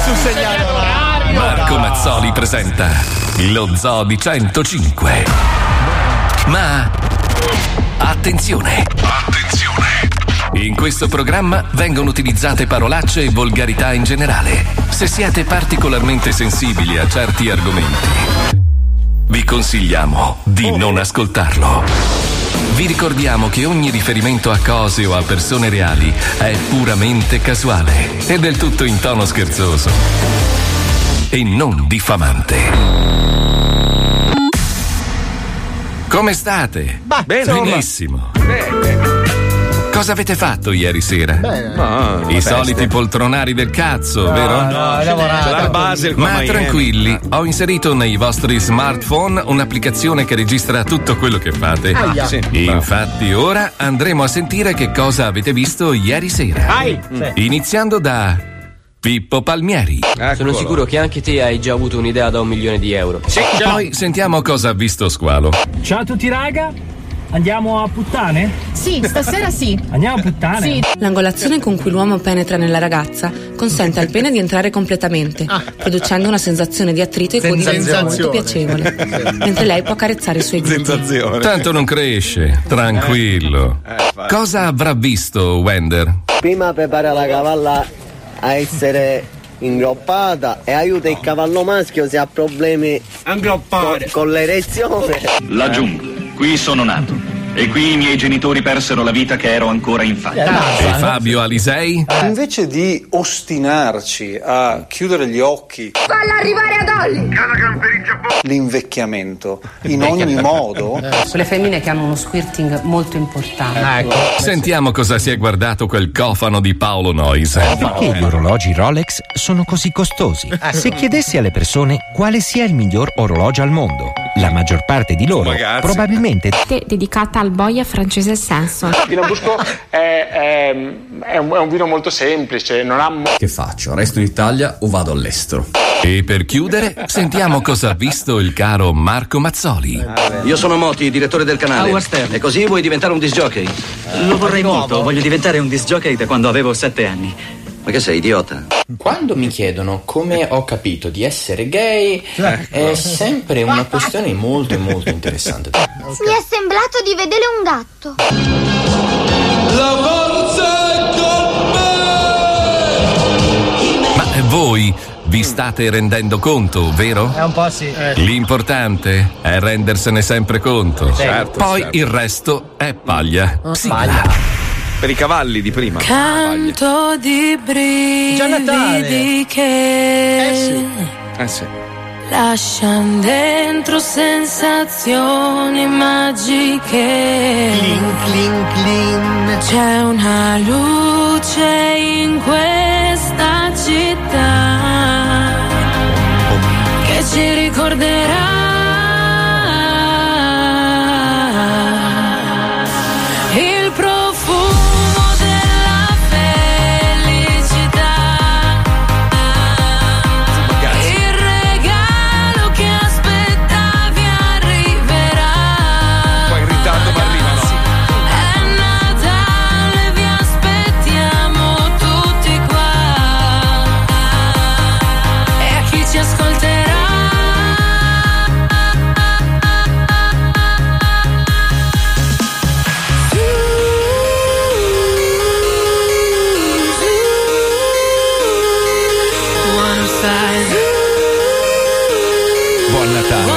sul segnale orario. Marco Mazzoli presenta lo Zoo di 105. Ma attenzione! In questo programma vengono utilizzate parolacce e volgarità in generale. Se siete particolarmente sensibili a certi argomenti, vi consigliamo di non ascoltarlo. Vi ricordiamo che ogni riferimento a cose o a persone reali è puramente casuale e del tutto in tono scherzoso e non diffamante. Come state? Bene. Benissimo. Cosa avete fatto ieri sera? I soliti poltronari del cazzo, vero? No, lavorato. C'è la base, Ma tranquilli, ho inserito nei vostri smartphone un'applicazione che registra tutto quello che fate. Sì. Infatti ora andremo a sentire che cosa avete visto ieri sera. Iniziando da Pippo Palmieri. Sono sicuro che anche te hai già avuto un'idea da €1.000.000. Poi sentiamo cosa ha visto Squalo. Ciao a tutti raga, andiamo a puttane? Sì, stasera sì. Andiamo a puttane? Sì. L'angolazione con cui l'uomo penetra nella ragazza consente al pene di entrare completamente, producendo una sensazione di attrito e codimento molto piacevole, mentre lei può accarezzare i suoi glutei. Tanto non cresce, tranquillo. Cosa avrà visto Wender? Prima prepara la cavalla a essere ingroppata e aiuta il cavallo maschio se ha problemi con l'erezione. La giungla, qui sono nato e qui i miei genitori persero la vita che ero ancora infante. E Fabio Alisei? Invece di ostinarci a chiudere gli occhi, Falla arrivare ad Olli. l'invecchiamento in ogni modo, Sulle femmine che hanno uno squirting molto importante. Sentiamo cosa si è guardato quel cofano di Paolo Noyes. Perché gli orologi Rolex sono così costosi? Se chiedessi alle persone quale sia il miglior orologio al mondo, la maggior parte di loro probabilmente Dedicata al boia francese Sanson. Vino Busco è un vino molto semplice, non ha Che faccio? Resto in Italia o vado all'estero? E per chiudere, sentiamo cosa ha visto il caro Marco Mazzoli. Io sono Moti, direttore del canale. E così vuoi diventare un disc jockey? Lo vorrei molto, voglio diventare un disc jockey da quando avevo 7 anni. Ma che sei, idiota? Quando mi chiedono come ho capito di essere gay, è sempre una questione molto interessante. Mi è sembrato di vedere un gatto. Ma voi vi state rendendo conto, vero? Un po' sì. L'importante è rendersene sempre conto. Poi il resto è paglia. Sigla. Per i cavalli di prima. Canto di brividi che Sì. lasciano dentro sensazioni magiche. C'è una luce in questa città che ci ricorderà il profumo della felicità, il regalo che aspettavi arriverà. Poi in ritardo ma arrivano. È Natale, vi aspettiamo tutti qua. E a chi ci ascolterà Buon Natale.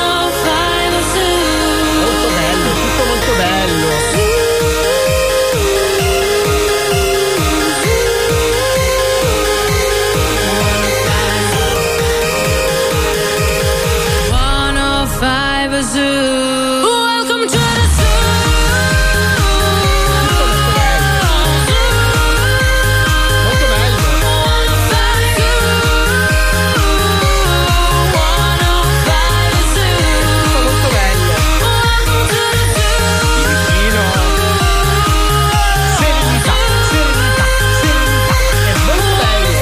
Molto bello, tutto molto bello. Welcome to the zoo. Molto bello. Molto bello. Serenità. È molto bello.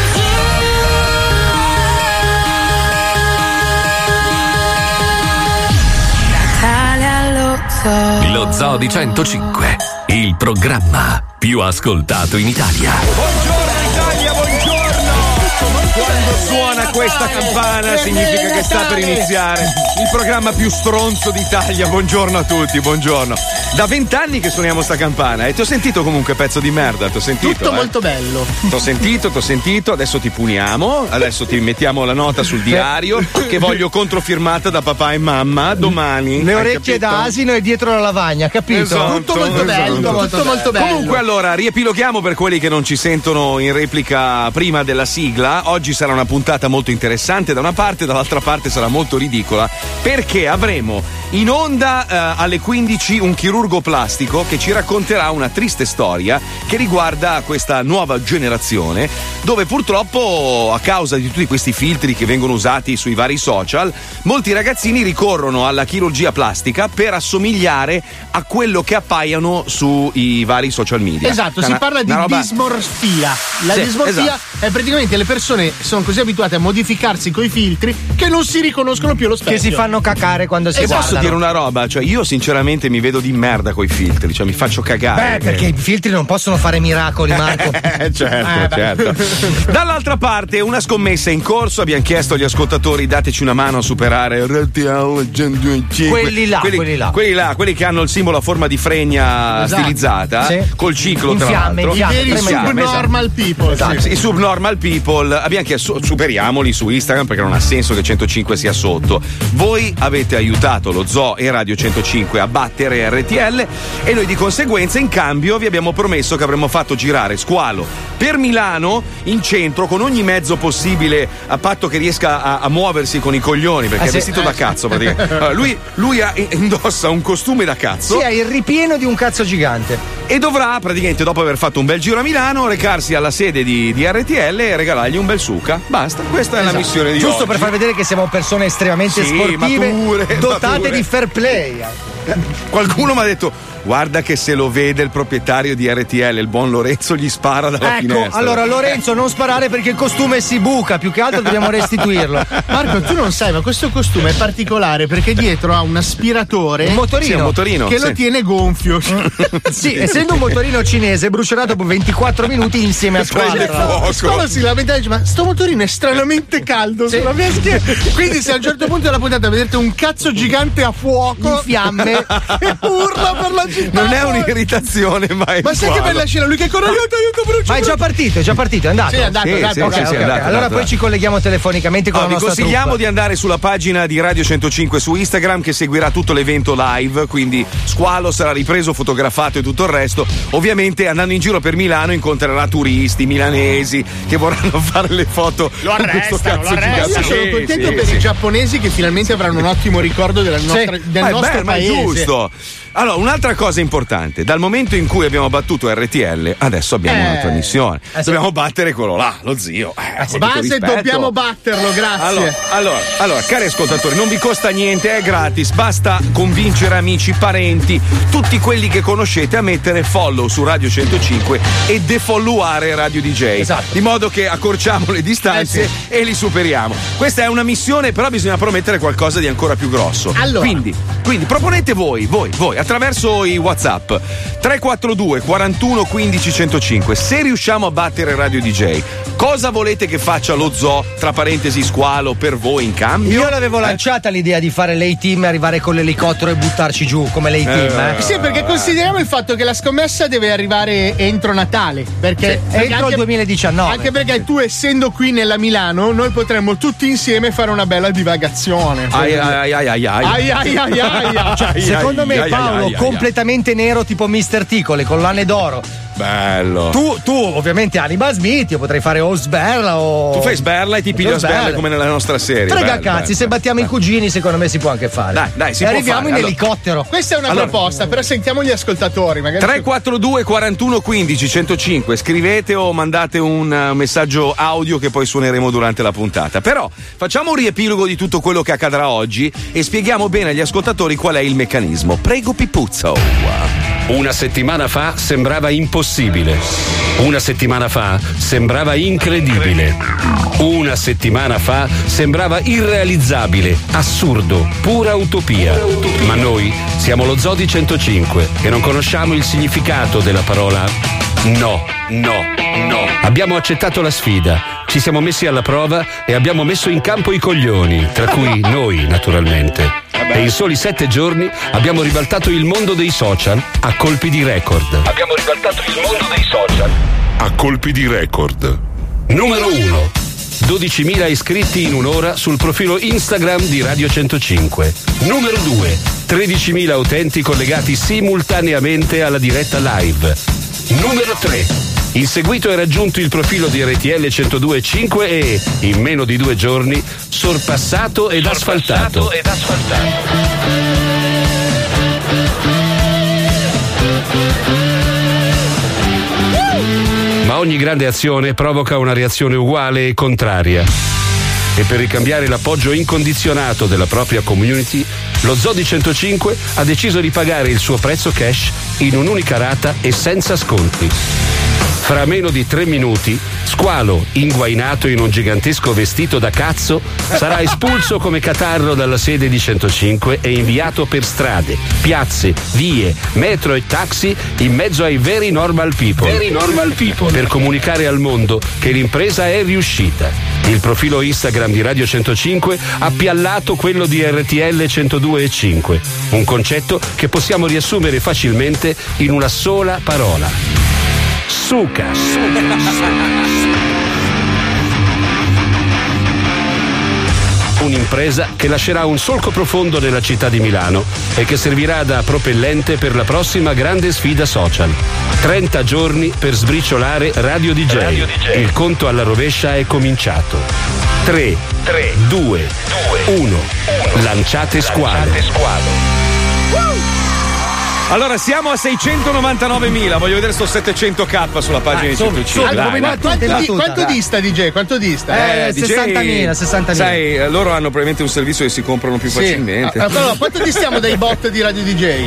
Lo Zoo di 105, il programma più ascoltato in Italia. Buongiorno Italia, buongiorno! Quando suona questa campana significa che sta per iniziare il programma più stronzo d'Italia. Buongiorno a tutti, buongiorno. Da 20 anni che suoniamo sta campana e ti ho sentito comunque, pezzo di merda, ti ho sentito. Tutto molto bello. T'ho sentito, adesso ti puniamo, adesso ti mettiamo la nota sul diario che voglio controfirmata da papà e mamma domani. Le orecchie da asino e dietro la lavagna, capito? Esatto, tutto molto bello, tutto molto bello. Comunque allora, riepiloghiamo per quelli che non ci sentono in replica prima della sigla. Oggi sarà una puntata molto interessante da una parte, dall'altra parte sarà molto ridicola, perché avremo in onda alle 15 un chirurgo plastico che ci racconterà una triste storia che riguarda questa nuova generazione, dove purtroppo a causa di tutti questi filtri che vengono usati sui vari social, molti ragazzini ricorrono alla chirurgia plastica per assomigliare a quello che appaiano sui vari social media. Esatto, si parla di dismorfia. La dismorfia è praticamente le persone sono così abituate a modificarsi coi filtri che non si riconoscono più allo specchio. Che si fanno cacare quando si guardano. Posso dire una roba? Cioè, io sinceramente mi vedo di merda coi filtri, cioè mi faccio cagare. Perché i filtri non possono fare miracoli, Marco. Certo. Dall'altra parte, una scommessa in corso. Abbiamo chiesto agli ascoltatori: dateci una mano a superare RTL 102.5. Quelli che hanno il simbolo a forma di fregna stilizzata, col ciclo tra l'altro. I subnormal people. Esatto. I subnormal people. Abbiamo chiesto, superiamoli su Instagram perché non ha senso che 105 sia sotto. Voi avete aiutato lo Zoo e Radio 105 a battere RTL e noi di conseguenza in cambio vi abbiamo promesso che avremmo fatto girare Squalo per Milano in centro con ogni mezzo possibile, a patto che riesca a muoversi con i coglioni, perché è vestito da cazzo praticamente. Allora, lui indossa un costume da cazzo. Sì, ha il ripieno di un cazzo gigante. E dovrà praticamente, dopo aver fatto un bel giro a Milano, recarsi alla sede di RTL e regalargli un bel succa. Basta, questa è la missione di oggi. Giusto per far vedere che siamo persone estremamente sportive, dotate di fair play. Qualcuno mi ha detto: guarda che se lo vede il proprietario di RTL, il buon Lorenzo, gli spara dalla finestra. Allora Lorenzo, non sparare perché il costume si buca, più che altro dobbiamo restituirlo. Marco, tu non sai, ma questo costume è particolare perché dietro ha un aspiratore, un motorino che lo tiene gonfio. Sì, essendo un motorino cinese, brucerà dopo 24 minuti insieme a Squalo. Squalo si lamenta e dice: ma sto motorino è stranamente caldo sulla mia schiena. Quindi se a un certo punto della puntata vedete un cazzo gigante a fuoco in fiamme e urla per la città, non è un'irritazione, ma sai che bella scena, lui che corre, aiuto brucio. Ma è già partito, è andato. Sì, è andato. Okay. Allora poi ci colleghiamo telefonicamente con la nostra vi consigliamo truppa. di andare sulla pagina di Radio 105 su Instagram, che seguirà tutto l'evento live, quindi Squalo sarà ripreso, fotografato e tutto il resto. Ovviamente andando in giro per Milano incontrerà turisti milanesi che vorranno fare le foto con questo cazzo gigante. Io sono contento per i giapponesi che finalmente avranno un ottimo ricordo del nostro paese. Ma è giusto. Allora, un'altra cosa importante: dal momento in cui abbiamo battuto RTL, adesso abbiamo un'altra missione. Dobbiamo battere quello là, lo zio. Base, dobbiamo batterlo, grazie. Allora, cari ascoltatori, non vi costa niente, è gratis. Basta convincere amici, parenti, tutti quelli che conoscete a mettere follow su Radio 105 e defolloware Radio DJ. Esatto. Di modo che accorciamo le distanze e li superiamo. Questa è una missione, però bisogna promettere qualcosa di ancora più grosso. Allora. Quindi proponete voi attraverso i WhatsApp 342 41 15 105. Se riusciamo a battere Radio DJ, cosa volete che faccia lo Zoo, tra parentesi Squalo, per voi in cambio? Io l'avevo lanciata l'idea di fare l'A-Team, arrivare con l'elicottero e buttarci giù come l'A-Team. Sì, perché consideriamo il fatto che la scommessa deve arrivare entro Natale, perché entro il 2019. Anche perché tu, essendo qui nella Milano, noi potremmo tutti insieme fare una bella divagazione. Secondo me Paolo completamente nero tipo Mr. T con le collane d'oro. Bello. Tu ovviamente Anima Smith, io potrei fare o Sberla o... Tu fai Sberla e ti piglio Sberla come nella nostra serie. Frega cazzi, se battiamo i cugini secondo me si può anche fare. Dai, si e può arriviamo fare. in elicottero. Questa è una proposta, però sentiamo gli ascoltatori. 342 41 15 105. Scrivete o mandate un messaggio audio che poi suoneremo durante la puntata. Però facciamo un riepilogo di tutto quello che accadrà oggi e spieghiamo bene agli ascoltatori qual è il meccanismo. Prego Pipuzzo. Una settimana fa sembrava impossibile. Una settimana fa sembrava incredibile. Una settimana fa sembrava irrealizzabile, assurdo, pura utopia. Ma noi siamo lo Zoo di 105 e non conosciamo il significato della parola no. Abbiamo accettato la sfida, ci siamo messi alla prova e abbiamo messo in campo i coglioni, tra cui noi, naturalmente. E in soli 7 giorni abbiamo ribaltato il mondo dei social a colpi di record. A colpi di record. Numero 1. 12.000 iscritti in un'ora sul profilo Instagram di Radio 105. Numero 2. 13.000 utenti collegati simultaneamente alla diretta live. Numero 3. Il seguito è raggiunto il profilo di RTL 102.5 e, in meno di 2 giorni, sorpassato ed asfaltato. Ma ogni grande azione provoca una reazione uguale e contraria. E per ricambiare l'appoggio incondizionato della propria community, lo Zoo di 105 ha deciso di pagare il suo prezzo cash in un'unica rata e senza sconti. Fra meno di 3 minuti, Squalo, inguainato in un gigantesco vestito da cazzo, sarà espulso come catarro dalla sede di 105 e inviato per strade, piazze, vie, metro e taxi in mezzo ai very normal people. Per comunicare al mondo che l'impresa è riuscita. Il profilo Instagram di Radio 105 ha piallato quello di RTL 102.5. Un concetto che possiamo riassumere facilmente in una sola parola. Suca. Un'impresa che lascerà un solco profondo nella città di Milano e che servirà da propellente per la prossima grande sfida social. 30 giorni per sbriciolare Radio DJ. Il conto alla rovescia è cominciato. 3, 2, 1. Lanciate Squalo. Allora siamo a 699.000, voglio vedere sto 700k sulla pagina di 105. Quanto dista DJ? Quanto dista? 60.000. Sai, loro hanno probabilmente un servizio che si comprano più facilmente. Allora, quanto distiamo dai bot di Radio DJ?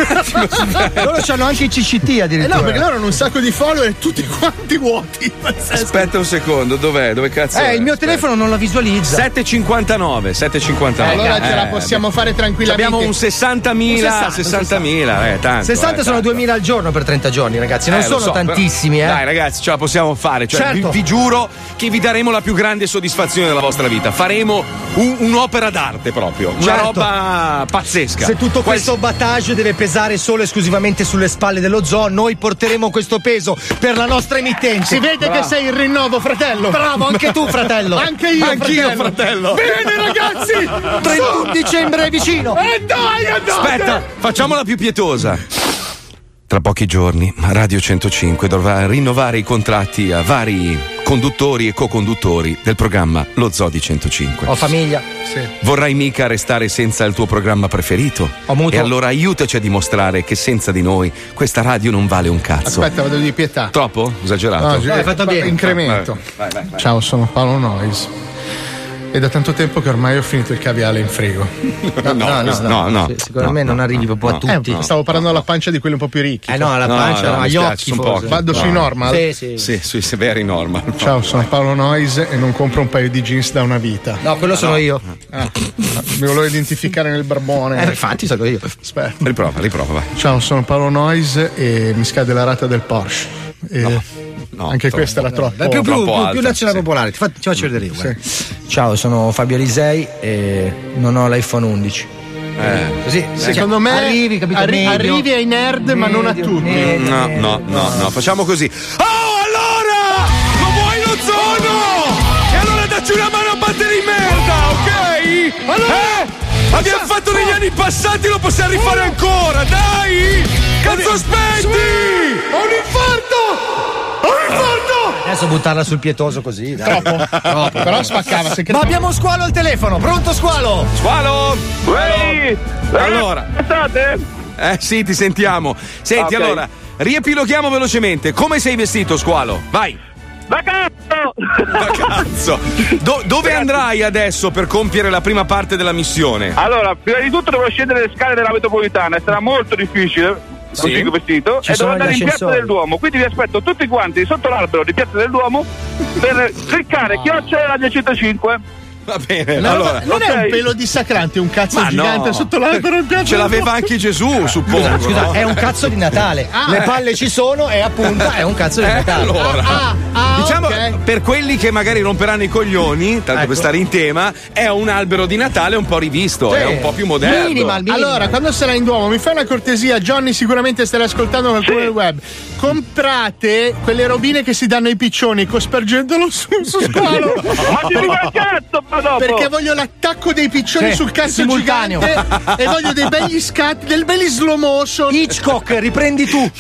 Loro hanno anche i CCT addirittura. No, perché loro hanno un sacco di follower tutti quanti vuoti. Aspetta un secondo, dov'è? Dove cazzo è? Il mio telefono non la visualizza. 759. Allora ce la possiamo fare tranquillamente. Abbiamo un 60.000. Tanto, 60 sono 2.000 al giorno per 30 giorni, ragazzi. Non sono tantissimi, però, dai, ragazzi, ce la possiamo fare. Cioè, certo. vi giuro che vi daremo la più grande soddisfazione della vostra vita. Faremo un'opera d'arte proprio. Una roba pazzesca. Se tutto questo battage deve pesare solo e esclusivamente sulle spalle dello zoo, noi porteremo questo peso per la nostra emittente. Si vede che sei il rinnovo, fratello. Bravo, anche tu, fratello. Anch'io, fratello. Bene, ragazzi. 31 dicembre è vicino. E dai, andate. Aspetta, facciamo la più pietosa. Tra pochi giorni Radio 105 dovrà rinnovare i contratti a vari conduttori e co-conduttori del programma Lo Zoo di 105. Ho famiglia. Sì. Vorrai mica restare senza il tuo programma preferito? Ho mutuo. E allora aiutaci a dimostrare che senza di noi questa radio non vale un cazzo. Aspetta, vado di pietà. Troppo? Esagerato? No, hai fatto bene. Incremento. Vai. Ciao, sono Paolo Noyes. È da tanto tempo che ormai ho finito il caviale in frigo. No. Secondo me non arrivi proprio a tutti. Stavo parlando alla pancia di quelli un po' più ricchi. No, alla pancia, agli occhi. Vado sui normal? Sì, sui severi normal. Ciao, sono Paolo Noyes e non compro un paio di jeans da una vita. No, quello sono io. Mi volevo identificare nel barbone. Infatti, sono io. Aspetta. Riprova, vai. Ciao, sono Paolo Noyes e mi scade la rata del Porsche. Anche questa era troppo. Più nazionale popolare. Ti faccio vedere io. Sì. Ciao, sono Fabio Alisei e non ho l'iPhone 11. Così. Secondo me arrivi ai nerd, ma non a tutti. No. Facciamo così. Oh, allora! Ma vuoi lo zono? E allora dacci una mano a battere in merda, ok? Allora! Abbiamo fatto negli anni passati, lo possiamo rifare ancora, dai! Cazzo aspetti! Ho un infarto! Adesso buttarla sul pietoso così, dai. Troppo. Però spaccava. Ma abbiamo Squalo al telefono, pronto Squalo? Squalo! Ehi! Allora. State? Sì, ti sentiamo. Senti, okay. Allora, riepiloghiamo velocemente. Come sei vestito, Squalo? Vai! Da cazzo! Dove andrai adesso per compiere la prima parte della missione? Allora, prima di tutto devo scendere le scale della metropolitana e sarà molto difficile. un tigre vestito, e devo andare in Piazza del Duomo. Quindi vi aspetto tutti quanti sotto l'albero di Piazza del Duomo per cliccare @Radio 105. Va bene, no, allora. Non è un pelo dissacrante, un cazzo gigante sotto l'albero in Piazza. Ce l'aveva anche Gesù, suppongo. Scusa, no? È un cazzo di Natale. Le palle ci sono e appunto è un cazzo di Natale. Allora, diciamo per quelli che magari romperanno i coglioni, tanto per stare in tema, è un albero di Natale un po' rivisto, è un po' più moderno. Minimal. Allora, quando sarà in Duomo, mi fai una cortesia, Johnny, sicuramente stai ascoltando qualcuno del web. Comprate quelle robine che si danno ai piccioni, cospargendolo su squalo. Ma ti dico il cazzo, dopo. Perché voglio l'attacco dei piccioni sul cazzo simultaneo gigante e voglio dei begli scatti, del belli slow motion. Hitchcock, riprendi tu.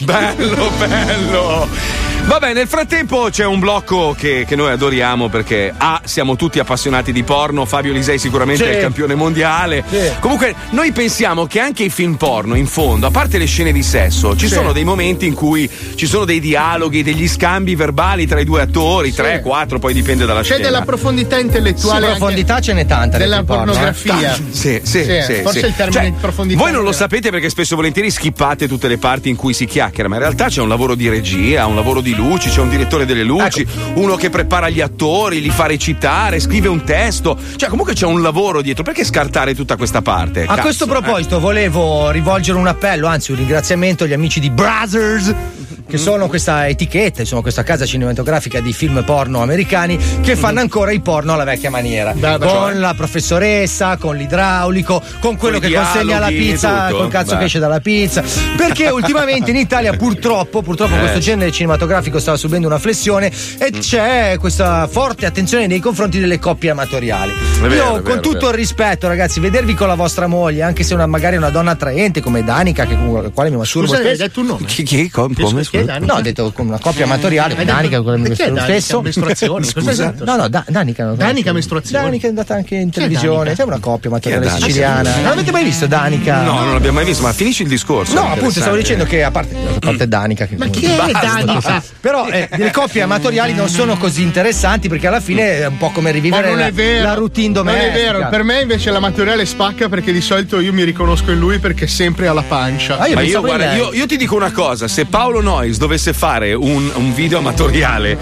Bello. Vabbè, nel frattempo c'è un blocco che noi adoriamo perché siamo tutti appassionati di porno. Fabio Lisei sicuramente è il campione mondiale. Comunque noi pensiamo che anche i film porno, in fondo, a parte le scene di sesso, ci sono dei momenti in cui ci sono dei dialoghi, degli scambi verbali tra i due attori, 3, 4, poi dipende dalla scena. C'è della profondità intellettuale. Sì, profondità ce n'è tanta. Della pornografia. Sì. Forse il termine profondità. Voi non lo sapete perché spesso e volentieri skippate tutte le parti in cui si chiacchiera, ma in realtà c'è un lavoro di regia, un lavoro di luci, c'è un direttore delle luci, uno che prepara gli attori, li fa recitare, scrive un testo. Cioè, comunque c'è un lavoro dietro. Perché scartare tutta questa parte? A questo proposito, volevo rivolgere un appello, anzi un ringraziamento agli amici di Brazzers, che sono questa etichetta, insomma, questa casa cinematografica di film porno americani che fanno ancora i porno alla vecchia maniera. Con la professoressa, con l'idraulico, con quello che consegna la pizza, col cazzo che esce dalla pizza. Perché ultimamente in Italia purtroppo questo genere cinematografico stava subendo una flessione e c'è questa forte attenzione nei confronti delle coppie amatoriali. Io con tutto il rispetto, ragazzi, vedervi con la vostra moglie, anche se magari una donna attraente come Danica, con la quale mi masturbo. Scusa, hai detto un nome? Come? No, ho detto con una coppia amatoriale, Danica con lo stesso. Mestruazioni. No, Danica. Danica mestruazioni. Danica è andata anche in televisione. C'è una coppia amatoriale siciliana. Non l'avete mai visto Danica? No, non l'abbiamo mai visto, ma finisci il discorso. No, appunto, stavo dicendo che a parte Danica. Ma chi è Danica? Però le coppie amatoriali non sono così interessanti perché alla fine è un po' come rivivere la routine domestica. Non è vero, per me invece l'amatoriale spacca perché di solito io mi riconosco in lui perché sempre ha la pancia. Ma io ti dico una cosa, se Paolo Noyes dovesse fare un video amatoriale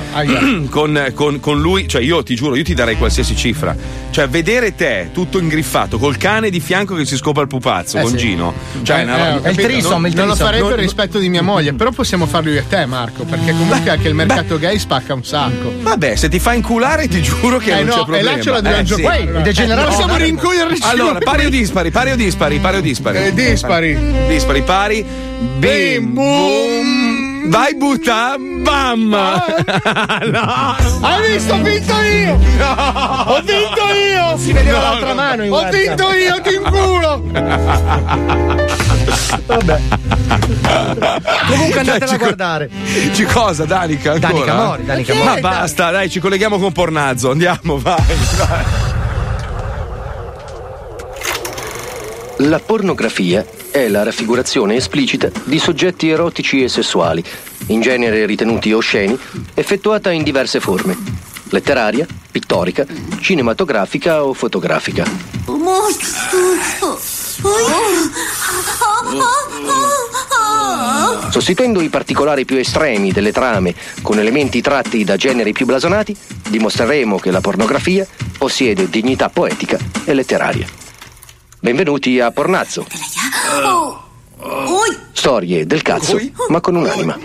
con lui, cioè io ti giuro, io ti darei qualsiasi cifra. Cioè vedere te tutto ingriffato col cane di fianco che si scopa il pupazzo con Gino. Cioè è il trisom. Non lo farei per rispetto di mia moglie, però possiamo farlo io e te, Marco, perché comunque anche il mercato gay spacca un sacco. Vabbè, se ti fa inculare ti giuro che non c'è problema. E là ce la dobbiamo giocare. In generale siamo rincoglierci. Allora, pari o dispari? Dispari, pari. Bim bum. Vai butta, bam! No! Hai visto? Ho vinto io! No. Ho vinto io! Si vedeva l'altra mano in Ho vinto io, ti inculo! Vabbè. Comunque andatela a guardare. Cosa, Danica? Ancora? Danica Mori. Ma basta, dai, ci colleghiamo con Pornazzo. Andiamo, vai. La pornografia è la raffigurazione esplicita di soggetti erotici e sessuali, in genere ritenuti osceni, effettuata in diverse forme: letteraria, pittorica, cinematografica o fotografica. Sostituendo i particolari più estremi delle trame con elementi tratti da generi più blasonati, dimostreremo che la pornografia possiede dignità poetica e letteraria. Benvenuti a Pornazzo. Storie del cazzo, ma con un'anima.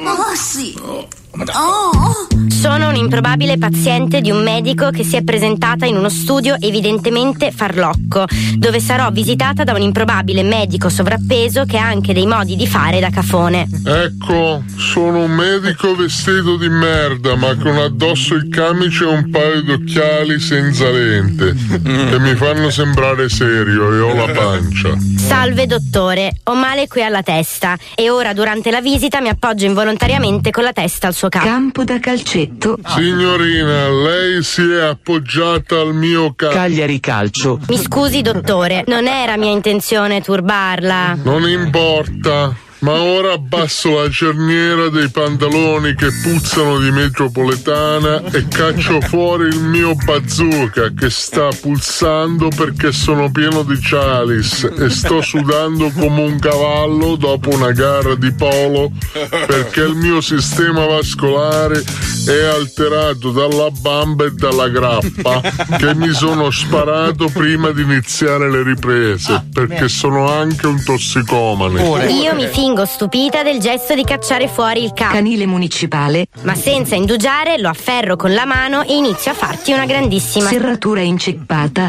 Sono un'improbabile paziente di un medico che si è presentata in uno studio evidentemente farlocco, dove sarò visitata da un improbabile medico sovrappeso che ha anche dei modi di fare da cafone. Ecco, sono un medico vestito di merda, ma con addosso il camice e un paio d'occhiali senza lente, che mi fanno sembrare serio e ho la pancia. Salve dottore, ho male qui alla testa e ora durante la visita mi appoggio involontariamente con la testa al suo capo. Campo da calcetto. Signorina, lei si è appoggiata al mio Cagliari Calcio. Mi scusi dottore, non era mia intenzione turbarla. Non importa. Ma ora abbasso la cerniera dei pantaloni che puzzano di metropolitana e caccio fuori il mio bazooka che sta pulsando perché sono pieno di Cialis e sto sudando come un cavallo dopo una gara di polo perché il mio sistema vascolare è alterato dalla bamba e dalla grappa che mi sono sparato prima di iniziare le riprese perché sono anche un tossicomane. Io mi fingo stupita del gesto di cacciare fuori il canile municipale, ma senza indugiare lo afferro con la mano e inizio a farti una grandissima serratura inceppata.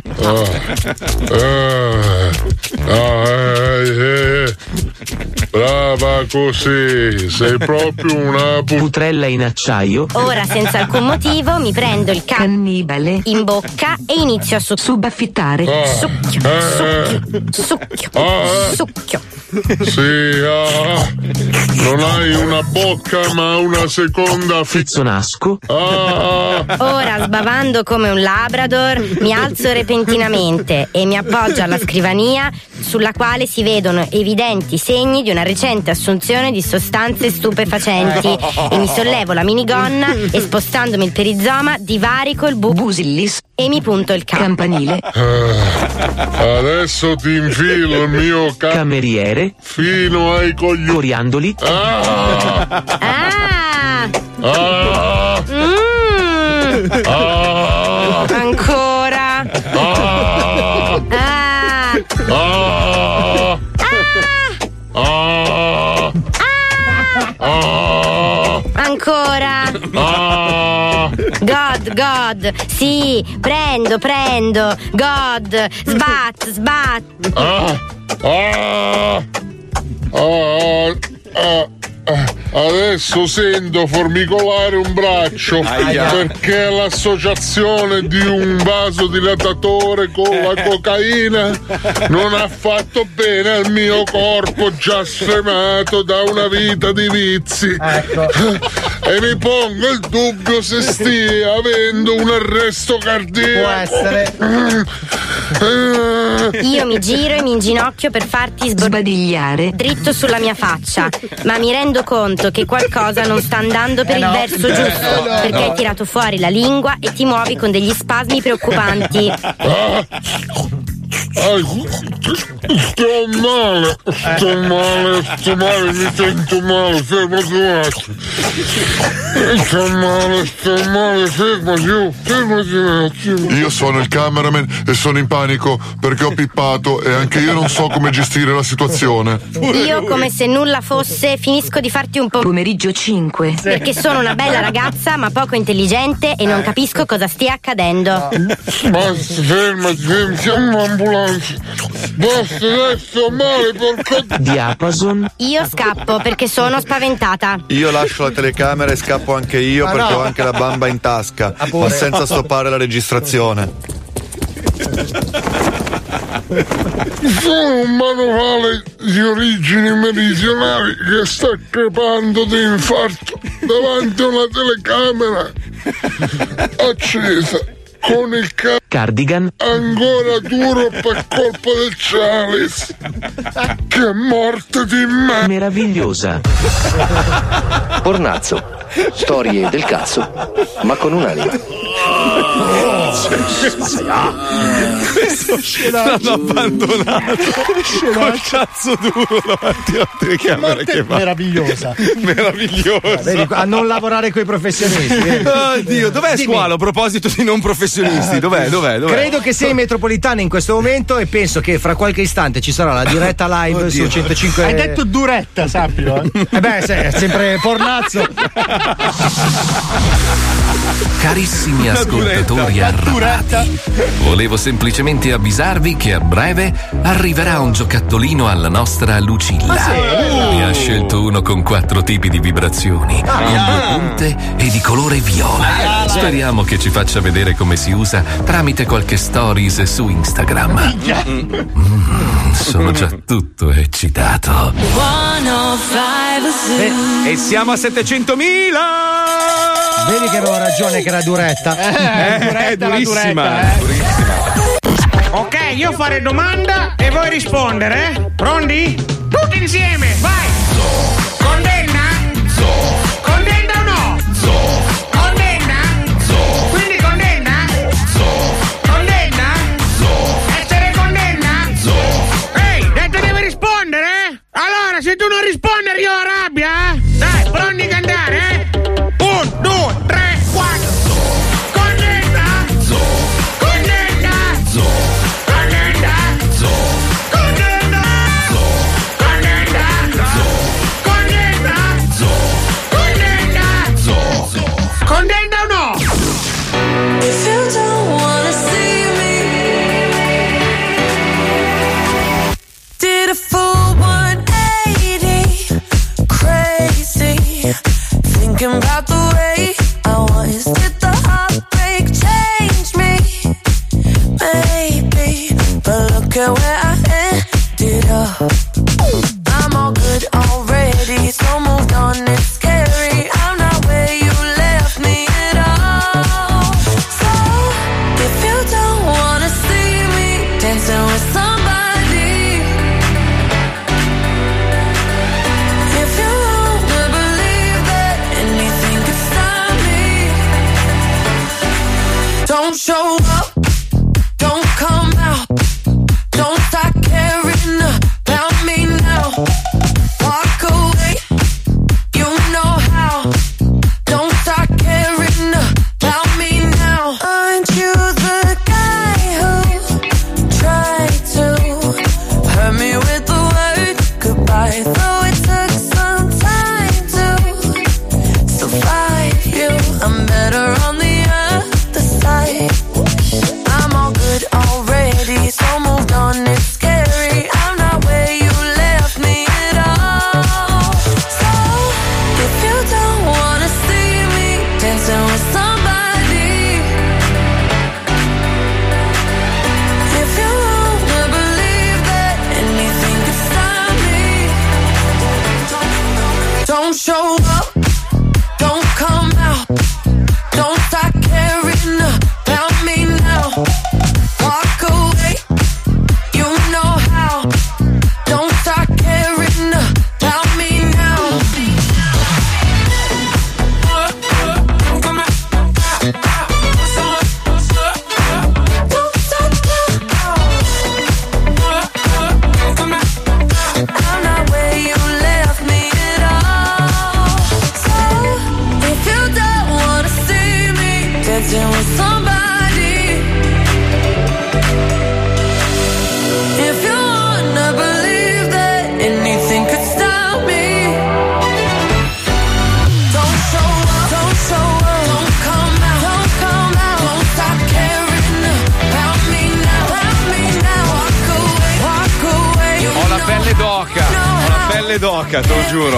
Brava così, sei proprio una putrella in acciaio. Ora senza alcun motivo mi prendo il cannibale in bocca e inizio a subaffittare. Succhio. Sì, non hai una bocca ma una seconda fizzonasco. Ora sbavando come un labrador mi alzo repentinamente e mi appoggio alla scrivania sulla quale si vedono evidenti segni di una recente assunzione di sostanze stupefacenti e mi sollevo la minigonna e spostandomi il perizoma divarico il busillis e mi punto il campanile. Adesso ti infilo il mio cameriere fino ai coglioni. Coriandoli. Ancora. Ancora. God, sì, prendo, God, sbat. Adesso sento formicolare un braccio perché l'associazione di un vasodilatatore con la cocaina non ha fatto bene al mio corpo già sfremato da una vita di vizi. E mi pongo il dubbio se stia avendo un arresto cardiaco. Può essere. Io mi giro e mi inginocchio per farti sbadigliare dritto sulla mia faccia, ma mi rendo conto che qualcosa non sta andando per il verso giusto, perché hai tirato fuori la lingua e ti muovi con degli spasmi preoccupanti. Sto male, mi sento male, fermati un attimo. Sto male, fermati un attimo. Io sono il cameraman e sono in panico perché ho pippato e anche io non so come gestire la situazione. Io, come se nulla fosse, finisco di farti un po' pomeriggio 5 perché sono una bella ragazza ma poco intelligente e non capisco cosa stia accadendo. Basta, fermati, chiamo l'ambulanza. Basta, adesso male, porca. Diapason. Io scappo perché sono spaventata. Io lascio la telecamera e scappo anche io perché ho anche la bamba in tasca, ma senza stoppare la registrazione. Sono un manuale di origini meridionali che sta crepando di infarto davanti a una telecamera accesa con il cardigan ancora duro per colpa del Cialis che è morto di me. Meravigliosa. Pornazzo, storie del cazzo ma con un'anima. Questo l'hanno abbandonato col cazzo duro davanti a telecamera che va. Meravigliosa. Meravigliosa. A non lavorare coi professionisti. Oddio, dov'è Squalo? A proposito di non professionisti, dov'è? Credo che sia in metropolitana in questo momento e penso che fra qualche istante ci sarà la diretta live su 105. Hai detto duretta, sappilo. È sempre pornazzo. Carissimi ascoltatori arrabbiati, volevo semplicemente avvisarvi che a breve arriverà un giocattolino alla nostra Lucilla. Ne ha scelto uno con 4 tipi di vibrazioni, con 2 punte e di colore viola. Speriamo che ci faccia vedere come si usa tramite qualche stories su Instagram. Sono già tutto eccitato. E siamo a 700.000! Vedi che avevo ragione che era duretta. È durissima. Ok, io fare domanda e voi rispondere, Pronti? Tutti insieme, vai! care where I ended up. I'm all good already, so moved on, it's scary. I'm not where you left me at all. So, if you don't wanna see me dancing with somebody, if you wanna believe that anything could stop me, don't show up, don't come out, don't start caring about me now. Walk away, you know how. Don't start caring about me now. Aren't you the guy who tried to hurt me with the word goodbye? Though it took some time to survive you, I'm better on the other side. I'm all good already, so moved on, it's scary. I'm not where you left me at all. So, if you don't wanna see me dancing with somebody, if you wanna believe that anything could stop me, don't show up, don't come out, don't start caring about me now. Walk away, you know how. Don't start caring about me now. I'm not where you left me at all. So, if you don't wanna see me dancing with somebody, if you wanna believe that anything could stop me, don't show up, don't come out, don't stop caring about me now, walk away. Ho la pelle d'oca, te lo giuro.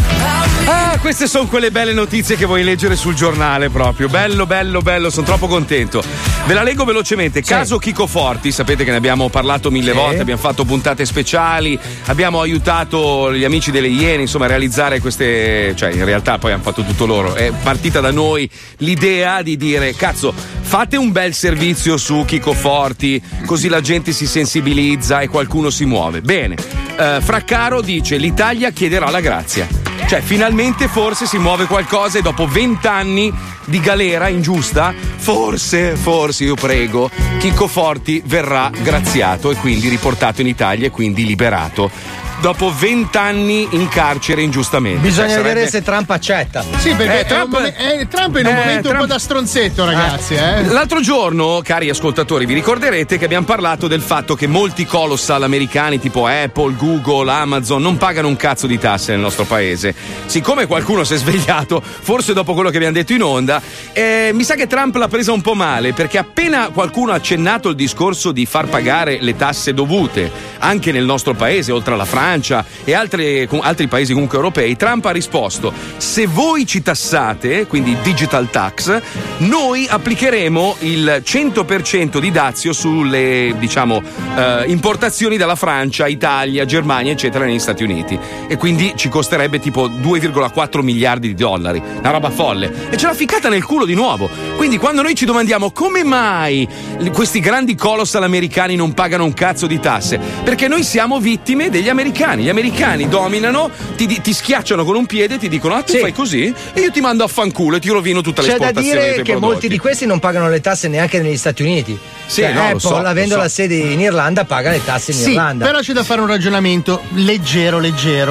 Ah, queste sono quelle belle notizie che vuoi leggere sul giornale proprio. Bello, sono troppo contento. Ve la leggo velocemente. Caso Chico Forti, sapete che ne abbiamo parlato mille volte, abbiamo fatto puntate speciali, abbiamo aiutato gli amici delle Iene, insomma, a realizzare queste, cioè in realtà poi hanno fatto tutto loro. È partita da noi l'idea di dire, cazzo, fate un bel servizio su Chico Forti, così la gente si sensibilizza e qualcuno si muove. Bene, Fraccaro dice, l'Italia chiederà la grazia. Cioè, finalmente forse si muove qualcosa e dopo 20 anni di galera ingiusta, forse, io prego, Chico Forti verrà graziato e quindi riportato in Italia e quindi liberato. Dopo 20 anni in carcere ingiustamente. Bisogna vedere se Trump accetta. Sì, perché Trump è in un momento un po' da stronzetto, ragazzi. L'altro giorno, cari ascoltatori, vi ricorderete che abbiamo parlato del fatto che molti colossal americani tipo Apple, Google, Amazon non pagano un cazzo di tasse nel nostro paese. Siccome qualcuno si è svegliato, forse dopo quello che abbiamo detto in onda, mi sa che Trump l'ha presa un po' male, perché appena qualcuno ha accennato il discorso di far pagare le tasse dovute anche nel nostro paese, oltre alla Francia e altri paesi comunque europei, Trump ha risposto: se voi ci tassate, quindi digital tax, noi applicheremo il 100% di dazio sulle, diciamo, importazioni dalla Francia, Italia, Germania, eccetera, negli Stati Uniti, e quindi ci costerebbe tipo 2,4 miliardi di dollari, una roba folle, e ce l'ha ficcata nel culo di nuovo. Quindi quando noi ci domandiamo come mai questi grandi colossal americani non pagano un cazzo di tasse, perché noi siamo vittime degli americani. Gli americani dominano, ti schiacciano con un piede e ti dicono tu fai così e io ti mando a fanculo e ti rovino tutta l'esportazione dei tuoi prodotti. C'è da dire che molti di questi non pagano le tasse neanche negli Stati Uniti. Sì, cioè, no, Apple, avendo la sede in Irlanda, paga le tasse in Irlanda. Però c'è da fare un ragionamento leggero.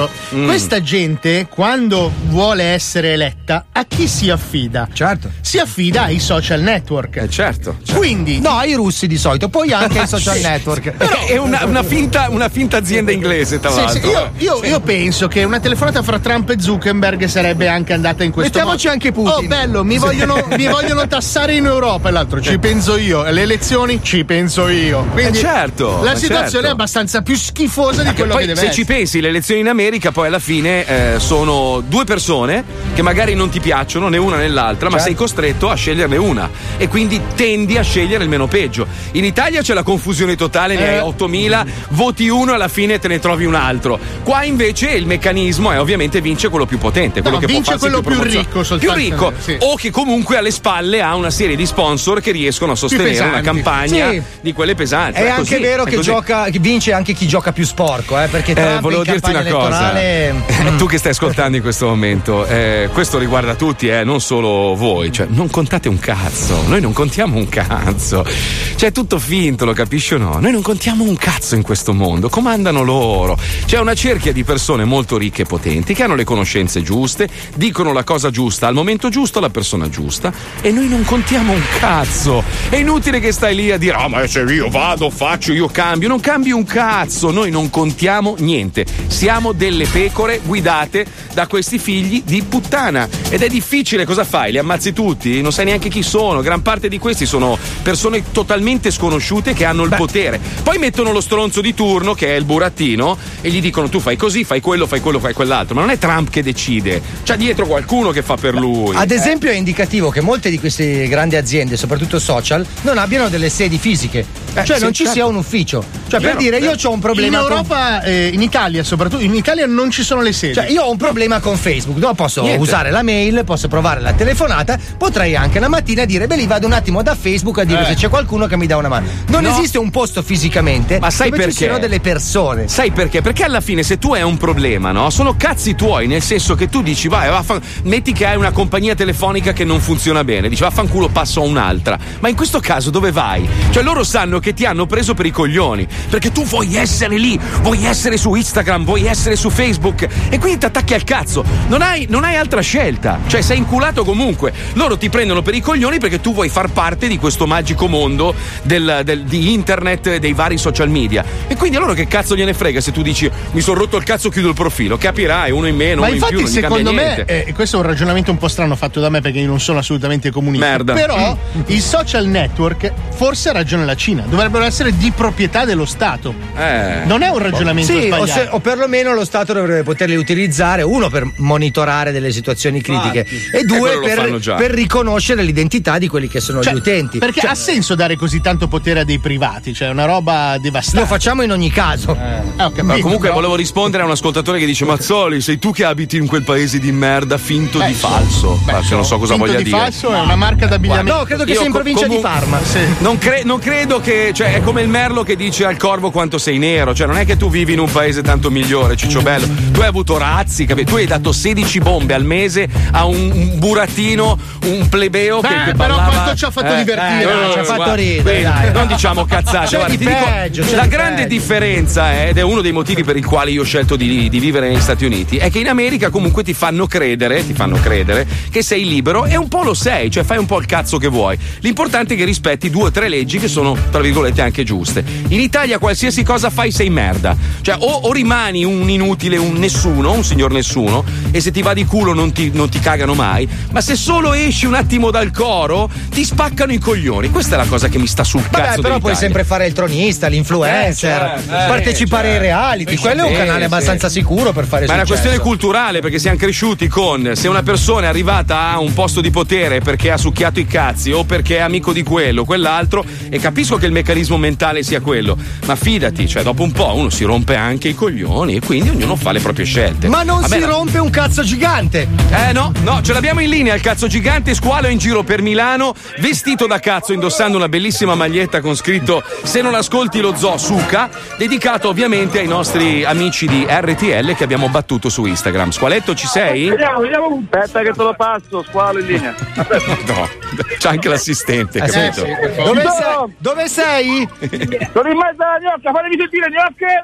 Questa gente, quando vuole essere eletta, a chi si affida? Certo. Si affida ai social network. Certo. Quindi no, ai russi di solito, poi anche ai social network. Però è una finta azienda inglese, tra l'altro. fatto. Io penso che una telefonata fra Trump e Zuckerberg sarebbe anche andata in questo Mettiamoci modo. anche Putin. Oh bello, mi vogliono tassare in Europa, e l'altro ci penso io, e le elezioni ci penso io. Quindi certo, la situazione è abbastanza più schifosa di quello poi, che deve se essere. ci pensi, le elezioni in America poi alla fine sono due persone che magari non ti piacciono né una né l'altra, ma sei costretto a sceglierne una e quindi tendi a scegliere il meno peggio. In Italia c'è la confusione totale, ne hai 8.000, voti uno e alla fine te ne trovi un altro. Qua invece il meccanismo è ovviamente vince quello più potente, quello che vince può farsi quello più promozione. ricco soltanto. Più ricco, sì. o che comunque alle spalle ha una serie di sponsor che riescono a sostenere una campagna di quelle pesanti. È anche vero che vince anche chi gioca più sporco, perché Trump volevo in dirti campagna una cosa. elettorale Tu che stai ascoltando in questo momento, questo riguarda tutti, non solo voi, cioè non contate un cazzo, noi non contiamo un cazzo, cioè è tutto finto, lo capisci o no? Noi non contiamo un cazzo in questo mondo, comandano loro. C'è una cerchia di persone molto ricche e potenti che hanno le conoscenze giuste, dicono la cosa giusta al momento giusto alla persona giusta e noi non contiamo un cazzo. È inutile che stai lì a dire ma se io vado, faccio, io cambio. Non cambi un cazzo, noi non contiamo niente, siamo delle pecore guidate da questi figli di puttana ed è difficile. Cosa fai? Li ammazzi tutti? Non sai neanche chi sono. Gran parte di questi sono persone totalmente sconosciute che hanno il potere. Poi mettono lo stronzo di turno che è il burattino e gli dicono tu fai così, fai quello, fai quell'altro. Ma non è Trump che decide, c'è dietro qualcuno che fa per lui. Ad esempio è indicativo che molte di queste grandi aziende, soprattutto social, non abbiano delle sedi fisiche, cioè non ci sia un ufficio, cioè per dire io ho un problema in Europa, in Italia soprattutto, in Italia non ci sono le sedi, cioè io ho un problema con Facebook, no? Posso usare la mail, posso provare la telefonata, potrei anche la mattina dire beh lì vado un attimo da Facebook a dire se c'è qualcuno che mi dà una mano. Non esiste un posto fisicamente, ma sai dove perché? ci sono delle persone. Sai perché? Perché alla fine se tu hai un problema, no? Sono cazzi tuoi, nel senso che tu dici vai, metti che hai una compagnia telefonica che non funziona bene, dici vaffanculo passo a un'altra, ma in questo caso dove vai? Cioè loro sanno che ti hanno preso per i coglioni, perché tu vuoi essere lì, vuoi essere su Instagram, vuoi essere su Facebook e quindi ti attacchi al cazzo, non hai altra scelta, cioè sei inculato comunque, loro ti prendono per i coglioni perché tu vuoi far parte di questo magico mondo di internet, dei vari social media e quindi a loro che cazzo gliene frega se tu dici mi sono rotto il cazzo, chiudo il profilo, capirai, uno in meno, ma uno in più, non gli cambia secondo niente. me questo è un ragionamento un po' strano fatto da me perché io non sono assolutamente comunista. Merda. Però i social network forse ha ragione la Cina, dovrebbero essere di proprietà dello Stato. Non è un ragionamento sbagliato. O perlomeno lo Stato dovrebbe poterli utilizzare, uno per monitorare delle situazioni critiche e due per riconoscere l'identità di quelli che sono gli utenti. Perché ha senso dare così tanto potere a dei privati, cioè è una roba devastante. Lo facciamo in ogni caso. Ma comunque volevo rispondere a un ascoltatore che dice Mazzoli sei tu che abiti in quel paese di merda finto di falso. Che non so cosa voglia dire. Finto di falso è una marca d'abbigliamento. No, credo che sia in provincia di Parma. Sì. Non credo che, cioè è come il merlo che dice al corvo quanto sei nero, cioè non è che tu vivi in un paese tanto migliore, Ciccio Bello. Tu hai avuto razzi, capito? Tu hai dato 16 bombe al mese a un burattino, un plebeo che però parlava. quanto ci ha fatto divertire, ci ha fatto ridere. Dai. Non diciamo cazzate, guarda, ti dico, la grande differenza ed è uno dei motivi per i quali io ho scelto di vivere negli Stati Uniti, è che in America comunque ti fanno credere che sei libero e un po' lo sei, cioè fai un po' il cazzo che vuoi. L'importante è che rispetti 2 o 3 leggi che sono tra virgolette anche giuste. In Italia qualsiasi cosa fai sei merda, cioè o rimani un inutile, un nessuno, un signor nessuno, e se ti va di culo non ti cagano mai, ma se solo esci un attimo dal coro ti spaccano i coglioni. Questa è la cosa che mi sta sul cazzo. Però puoi sempre fare il tronista, l'influencer, partecipare ai reality, quello è un canale abbastanza sicuro per fare ma successo. è una questione culturale, perché siamo cresciuti con se una persona è arrivata a un posto di potere perché ha succhiato i cazzi o perché è amico di quello, quell'altro, e capisco che il meccanismo mentale sia quello, ma fidati, cioè dopo un po' uno si rompe anche i coglioni e quindi ognuno fa le proprie scelte. Ma non si rompe un cazzo gigante. No, ce l'abbiamo in linea il cazzo gigante. Squalo in giro per Milano vestito da cazzo, indossando una bellissima maglietta con scritto se non ascolti lo zoo suca, dedicato ovviamente ai nostri amici di RTL che abbiamo battuto su Instagram. Squaletto, ci sei? Vediamo. Aspetta che te lo passo, Squalo in linea. No, c'è anche l'assistente, capito? Dove sei? Sono in mezzo alla gnocca, fatemi sentire gnocche.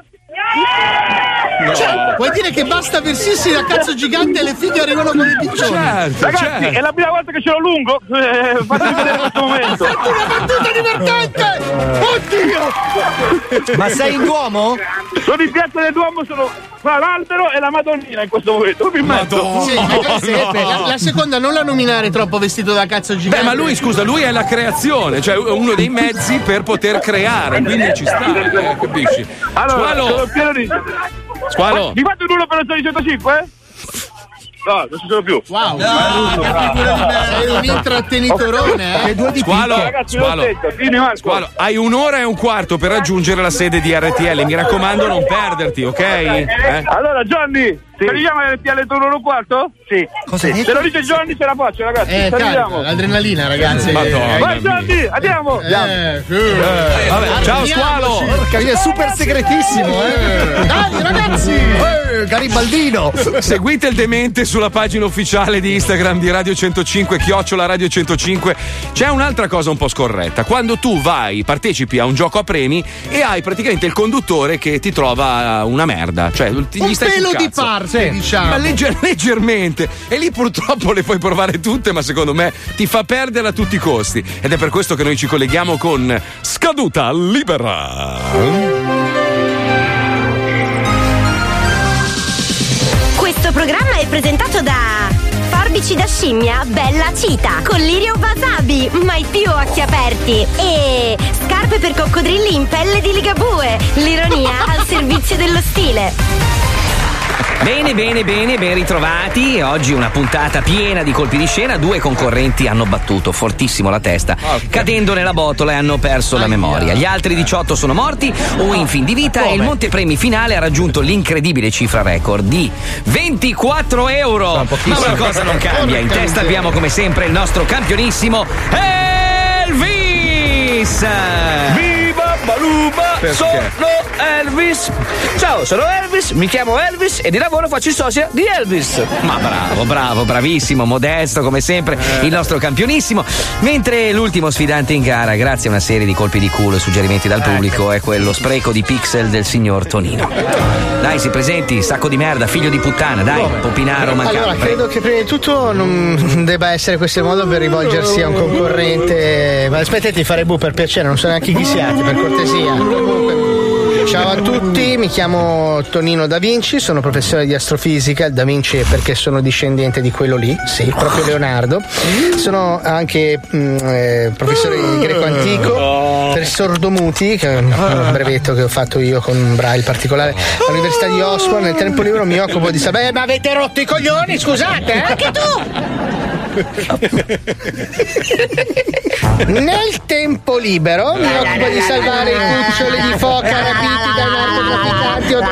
Cioè, vuoi dire che basta vestirsi da cazzo gigante e le figlie arrivano con i piccioni? Ragazzi, è la prima volta che ce l'ho lungo. Fatemi vedere questo momento. Una battuta divertente! Oddio! Ma sei in Duomo? Sono in Piazza del Duomo, sono fra l'albero e la Madonnina in questo momento. Mi metto. Sì, la seconda non la nominare troppo vestito da cazzo gigante. Beh, ma lui, scusa, lui è la creazione, cioè uno dei mezzi per poter creare, quindi ci sta, capisci? Allora, sono pieno di... Squalo. Mi fate un 1 per lo 105? No, non ci sono più. Wow, sei un intrattenitorone, eh? Due di Squalo, ragazzi, Squalo, hai 1 ora e un quarto per raggiungere la sede di RTL. Mi raccomando, non perderti, ok? Allora, Johnny, se diciamo RTL tu 1 e un quarto? Sì. Cosa hai detto? Se lo dice Johnny ce la faccio, ragazzi. Carico, l'adrenalina, ragazzi. Vai Johnny, andiamo. Vabbè, ciao Squalo. Porca mia, super segretissimo, Dai, ragazzi. Garibaldino. Seguite il demente sulla pagina ufficiale di Instagram di Radio 105 @Radio 105. C'è un'altra cosa un po' scorretta. Quando tu partecipi a un gioco a premi e hai praticamente il conduttore che ti trova una merda, cioè gli stai sul pelo di cazzo. parte, diciamo. Ma leggermente. E lì purtroppo le puoi provare tutte, ma secondo me ti fa perdere a tutti i costi. Ed è per questo che noi ci colleghiamo con Scaduta Libera. Questo programma è presentato da Forbici da scimmia Bella Cita, Collirio Wasabi, mai più occhi aperti, e scarpe per coccodrilli in pelle di Ligabue, l'ironia al servizio dello stile. Bene, ben ritrovati. Oggi una puntata piena di colpi di scena. 2 concorrenti hanno battuto fortissimo la testa, cadendo nella botola e hanno perso la memoria. Gli altri 18 sono morti o in fin di vita. E il montepremi finale ha raggiunto l'incredibile cifra record di 24 euro. Ma una cosa non cambia. In testa abbiamo come sempre il nostro campionissimo Elvis. Viva Baluba! Sono Elvis. Ciao, sono Elvis, mi chiamo Elvis e di lavoro faccio il sosia di Elvis. Ma bravo, bravissimo, modesto come sempre, il nostro campionissimo. Mentre l'ultimo sfidante in gara, grazie a una serie di colpi di culo e suggerimenti dal pubblico, è quello spreco di pixel del signor Tonino. Dai, si presenti, sacco di merda, figlio di puttana, dai, popinaro mancato. Allora, credo che prima di tutto non debba essere questo il modo per rivolgersi a un concorrente. Ma aspettate di fare per piacere, non so neanche chi siate, per cortesia. Ciao a tutti, mi chiamo Tonino Da Vinci, sono professore di astrofisica. Da Vinci perché sono discendente di quello lì, sì, proprio Leonardo. Sono anche professore di greco antico per sordomuti, che è un brevetto che ho fatto io con un braille particolare all'Università di Oxford. Nel tempo libero mi occupo di sapere. Ma avete rotto i coglioni, scusate, anche tu! Nel tempo libero mi occupo di salvare i cuccioli di foca rapiti dai narcotrafficanti o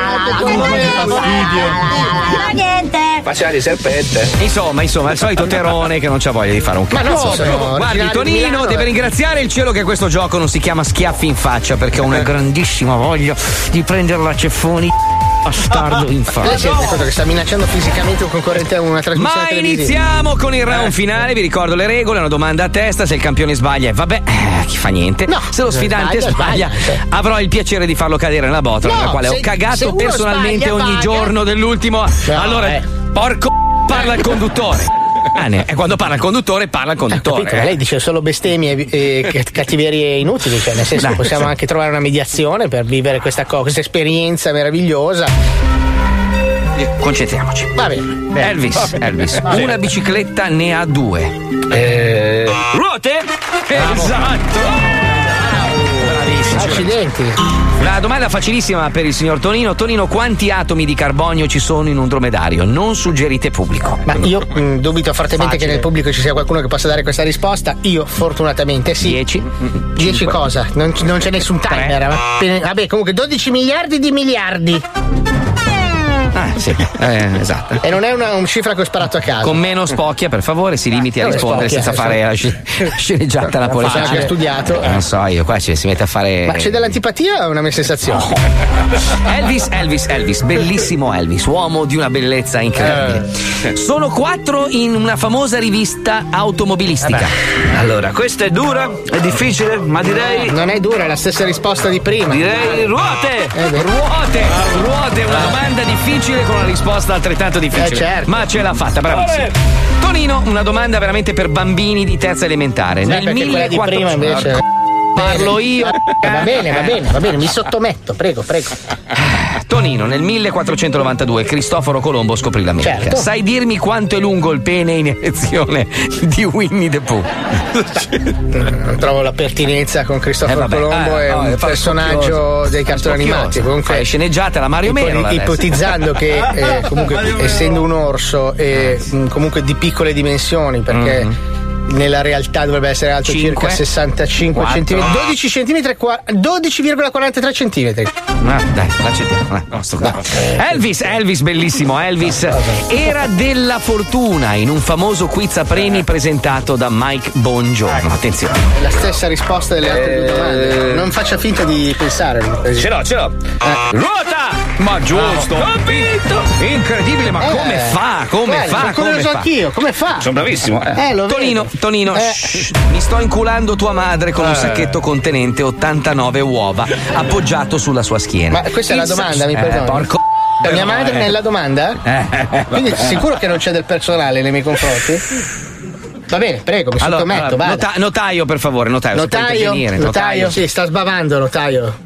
niente. Faceva di serpente. Insomma, il solito terone che non c'ha voglia di fare un cazzo. Guardi, Tonino deve ringraziare il cielo che questo gioco non si chiama schiaffi in faccia, perché ho una grandissima voglia di prenderla a ceffoni. Bastardo in faccia. Lei si rende conto che sta minacciando fisicamente un concorrente a una trasmissione Ma televisiva? iniziamo con il round finale. Vi ricordo le regole: una domanda a testa. Se il campione sbaglia, vabbè, chi fa niente. No, se lo sfidante sbaglia, avrò il piacere di farlo cadere nella botola, nella quale ho cagato personalmente ogni giorno dell'ultimo. Allora, porco parla il conduttore. E quando parla il conduttore, parla il conduttore. Capito, lei dice solo bestemmie e cattiverie inutili, cioè nel senso che possiamo anche trovare una mediazione per vivere questa esperienza meravigliosa. Concentriamoci. Va bene. Elvis, una bicicletta ne ha 2. Ruote? Esatto. Bravissimo. Accidenti. Una domanda facilissima per il signor Tonino. Tonino, quanti atomi di carbonio ci sono in un dromedario? Non suggerite pubblico. Ma io dubito fortemente che nel pubblico ci sia qualcuno che possa dare questa risposta. Io fortunatamente sì. 10. 10 cosa? Non c'è nessun timer. Vabbè, comunque 12 miliardi di miliardi. Sì, esatto. E non è una cifra che ho sparato a caso. Con meno spocchia, per favore, si limiti a rispondere senza fare la sceneggiata napoletana. Che ho studiato. Non so, io qua si mette a fare. Ma c'è dell'antipatia o una mia sensazione? Elvis, bellissimo Elvis, uomo di una bellezza incredibile. Sono 4 in una famosa rivista automobilistica. Allora, questa è dura, è difficile, ma direi. Non è dura, è la stessa risposta di prima. Direi ruote! Ruote, una domanda difficile con una risposta altrettanto difficile. Certo. Ma ce l'ha fatta, bravissimo. Tonino, una domanda veramente per bambini di terza elementare. Nel 1400 prima invece. Parlo io. Va bene, mi sottometto, prego. Tonino, nel 1492 Cristoforo Colombo scoprì l'America. Certo. Sai dirmi quanto è lungo il pene in erezione di Winnie the Pooh? Non trovo la pertinenza con Cristoforo Colombo, è un personaggio dei cartoni animati. Comunque sceneggiata la Mario Meno. Ipotizzando che comunque essendo un orso e comunque di piccole dimensioni, perché nella realtà dovrebbe essere alto circa 65 cm, 12 cm, 12,43 cm. Dai, l'accettiamo. Elvis, bellissimo. Elvis era della fortuna in un famoso quiz a premi presentato da Mike Bongiorno. Attenzione. È la stessa risposta delle altre due domande. Non faccia finta di pensare. Ce l'ho. Ruota! Ma giusto! Capito! Incredibile, ma come fa? Come lo so anch'io, come fa? Sono bravissimo. Tonino, mi sto inculando tua madre con un sacchetto contenente 89 uova appoggiato sulla sua schiena. Ma questa è la domanda, mi perdoni? Porco. Per mia madre nella domanda? Quindi sicuro che non c'è del personale nei miei confronti? Va bene, prego, mi sottometto. Notaio, per favore, notaio. Sì, sta sbavando, notaio.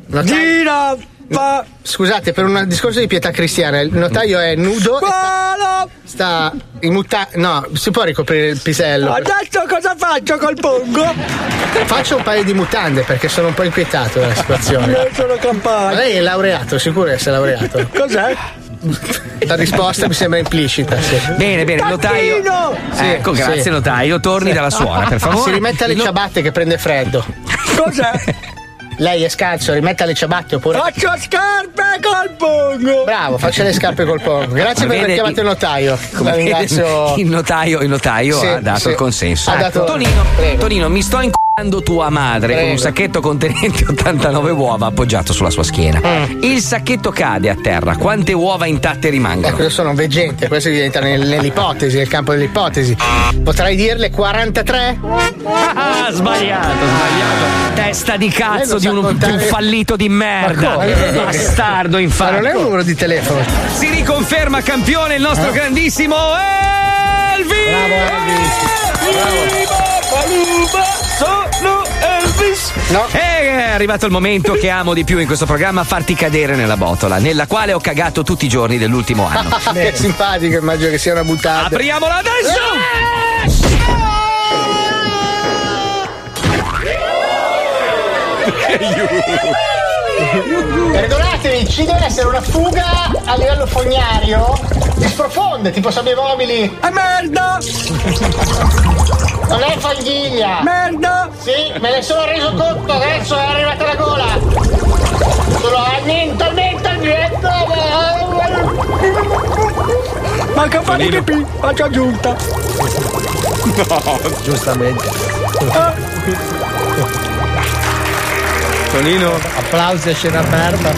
Scusate, per un discorso di pietà cristiana, il notaio è nudo. Sta in no, si può ricoprire il pisello. Adesso cosa faccio col pongo? Faccio un paio di mutande perché sono un po' inquietato dalla situazione. Io sono campato. Ma lei è laureato, sicuro di essere laureato? Cos'è? La risposta mi sembra implicita. Sì. Bene, notaio. Ecco, grazie, notaio. Torni dalla suora, per favore. Si rimetta le ciabatte che prende freddo. Cos'è? Lei è scalzo, rimetta le ciabatte oppure. Faccio scarpe col pongo! Bravo, faccia le scarpe col pongo. Grazie per aver chiamato il notaio. La ringrazio. Il notaio ha dato il consenso. Tonino, mi sto inculando tua madre con un sacchetto contenente 89 uova appoggiato sulla sua schiena. Il sacchetto cade a terra. Quante uova intatte rimangono? Io sono un veggente, questo diventa nell'ipotesi, nel campo dell'ipotesi. Potrei dirle 43? Sbagliato. Testa di cazzo di un fallito di merda. Bastardo, infatti. Ma non è un numero di telefono. Si riconferma campione il nostro grandissimo Elvis. Bravo Elvis. Sono Elvis. No. È arrivato il momento che amo di più in questo programma, farti cadere nella botola, nella quale ho cagato tutti i giorni dell'ultimo anno. Che simpatico, immagino che sia una buttata. Apriamola adesso! Perdonatemi, ci deve essere una fuga a livello fognario che sprofonde, tipo sabbie mobili. È merda! Non è fanghiglia! Merda! Sì, me ne sono reso conto, adesso è arrivata la gola! Sono talmente al dietro! Manca fare pipì, faccio aggiunta! No, giustamente. Tonino, applausi a scena aperta.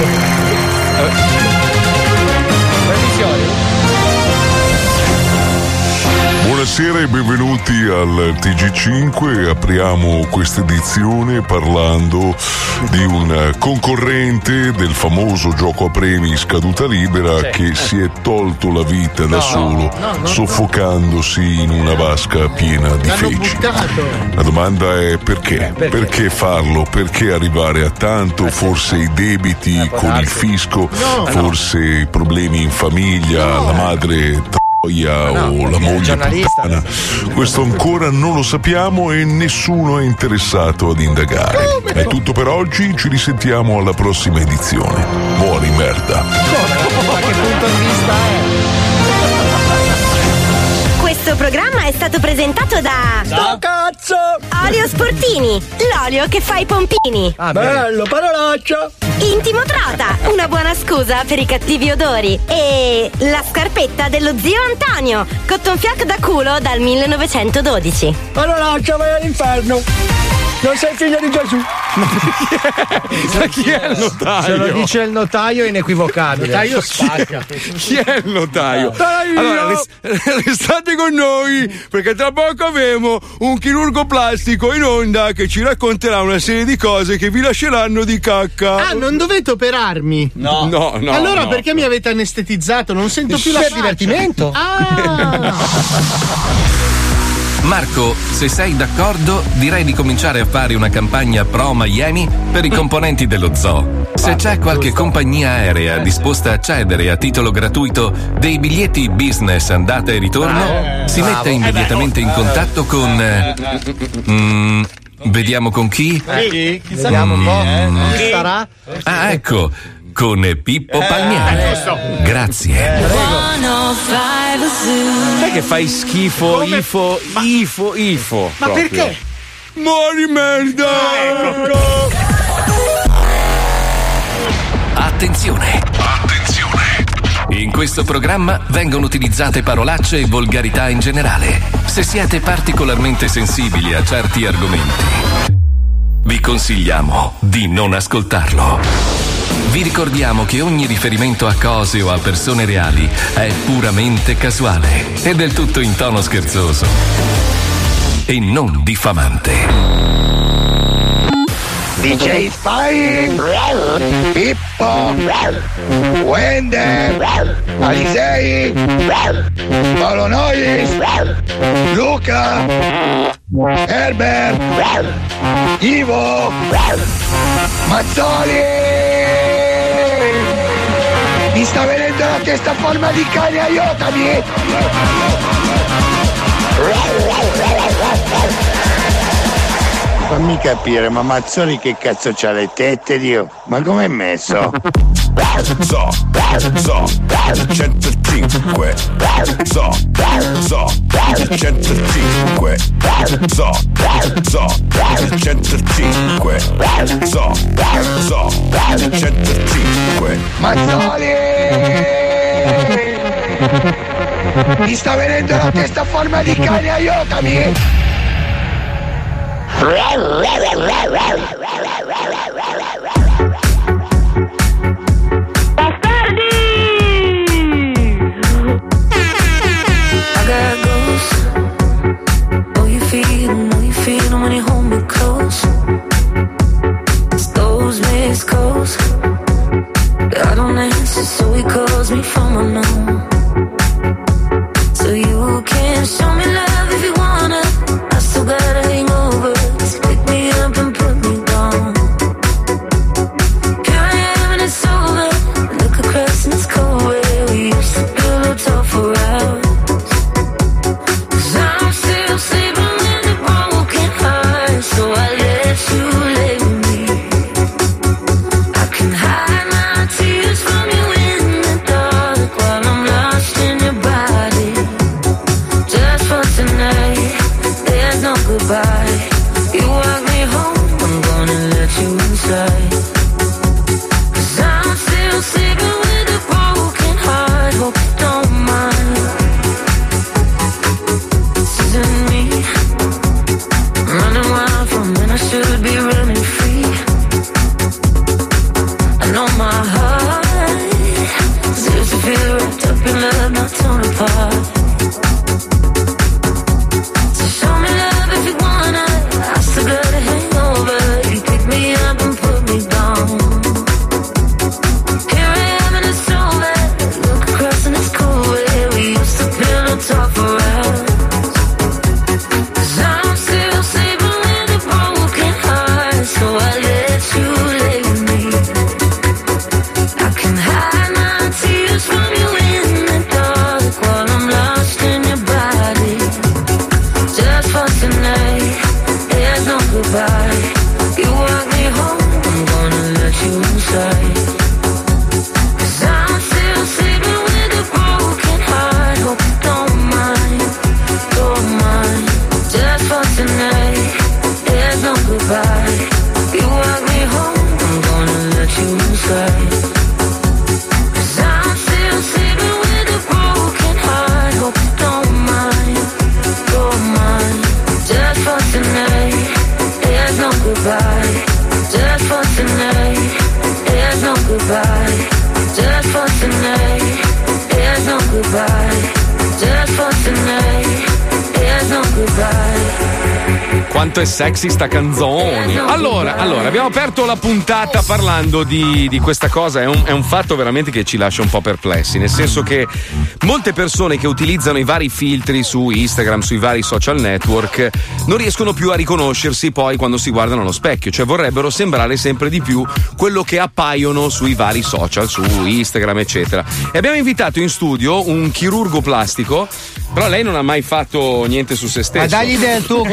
Buonasera e benvenuti al TG5. Apriamo questa edizione parlando di un concorrente del famoso gioco a premi Scaduta Libera che si è tolto la vita da solo, soffocandosi in una vasca piena di feci. La domanda è perché? Perché farlo? Perché arrivare a tanto? Forse i debiti con il fisco, forse i problemi in famiglia, la madre o la moglie puttana. Questo ancora non lo sappiamo e nessuno è interessato ad indagare. È tutto per oggi, ci risentiamo alla prossima edizione. Muori merda. Ma che punto di vista è? Questo programma è stato presentato da Sto cazzo! Olio Sportini, l'olio che fa i pompini. Bello, parolaccia! Intimo Trota, una buona scusa per i cattivi odori. E la scarpetta dello zio Antonio, cotton fioc da culo dal 1912. Parolaccia, vai all'inferno! Non sei figlio di Gesù! Ma chi è il notaio? Se lo dice il notaio è inequivocabile. Il notaio spacca. Chi è il notaio? Allora, restate con noi perché tra poco avremo un chirurgo plastico in onda che ci racconterà una serie di cose che vi lasceranno di cacca. Ah, non dovete operarmi? No. Allora perché mi avete anestetizzato? Non sento più la divertimento. Marco, se sei d'accordo, direi di cominciare a fare una campagna pro Miami per i componenti dello zoo. Se c'è qualche compagnia aerea disposta a cedere a titolo gratuito dei biglietti business andata e ritorno, si metta immediatamente in contatto con... vediamo con chi? Chi? Vediamo un po'. Chi sarà? Ah, ecco, con Pippo Palmieri. Grazie. Sai che fai schifo, Come? ifo. Ma proprio. perché? Mori merda! Attenzione! In questo programma vengono utilizzate parolacce e volgarità in generale. Se siete particolarmente sensibili a certi argomenti, vi consigliamo di non ascoltarlo. Vi ricordiamo che ogni riferimento a cose o a persone reali è puramente casuale e del tutto in tono scherzoso e non diffamante. DJ Spy, Pippo, Wende, Alisei, Paolo Noyes, Luca, Herbert, Ivo, Mazzoli. Mi sta venendo la testa a forma di cane, aiutami! Fammi capire, ma Mazzoli che cazzo c'ha le tette, Dio? Ma com'è messo? So 105 So 105 So 105 So 105 Mazzoli! Mi sta venendo la testa a forma di cane, aiutami! I got ghosts. Oh, you feel them when you hold me close. It's those missed calls that I don't answer, so he calls me from unknown. So you can show me love if you wanna. I still got a hangover. Just pick me up and put me down. Here I am and it's over. Look across and it's cold where we used to pillow talk for hours. I'm still sleeping with a broken heart, so I let you lay with me. I can hide my tears from you in the dark while I'm lost in your body. Just for tonight, there's no goodbye. You walk me home, I'm gonna let you inside. 'Cause I'm still sleeping with a broken heart, hope you don't mind. Isn't me running wild from when I should be running free? I know my heart deserves to feel wrapped up in love, not torn apart. So show me love if you wanna. I still got a hangover. You pick me up and put me down. Here I am and it's over. Look across and it's cool where we used to pillow talk for hours. I'm still sleeping with a broken heart, so I let you lay with me. I can hide my tears from you in the dark while I'm lost in your body. Just for tonight, there's no goodbye. You walk me home, I'm gonna let you inside. 'Cause I'm still sleeping with a broken heart, hope you don't mind, don't mind. Just for tonight, there's no goodbye. You walk me home, I'm gonna let you inside. 'Cause I'm still sleeping with a broken heart, hope you don't mind, don't mind. Just for tonight, there's no goodbye. Just for tonight, there's no goodbye. Just for tonight, there's no goodbye. Just for tonight, there's no goodbye. Quanto è sexy sta canzone. Allora, abbiamo aperto la puntata parlando di questa cosa. È un fatto veramente che ci lascia un po' perplessi, nel senso che molte persone che utilizzano i vari filtri su Instagram, sui vari social network, non riescono più a riconoscersi poi quando si guardano allo specchio, cioè vorrebbero sembrare sempre di più quello che appaiono sui vari social, su Instagram, eccetera. E abbiamo invitato in studio un chirurgo plastico, però lei non ha mai fatto niente su se stesso. Ma dagli del tuo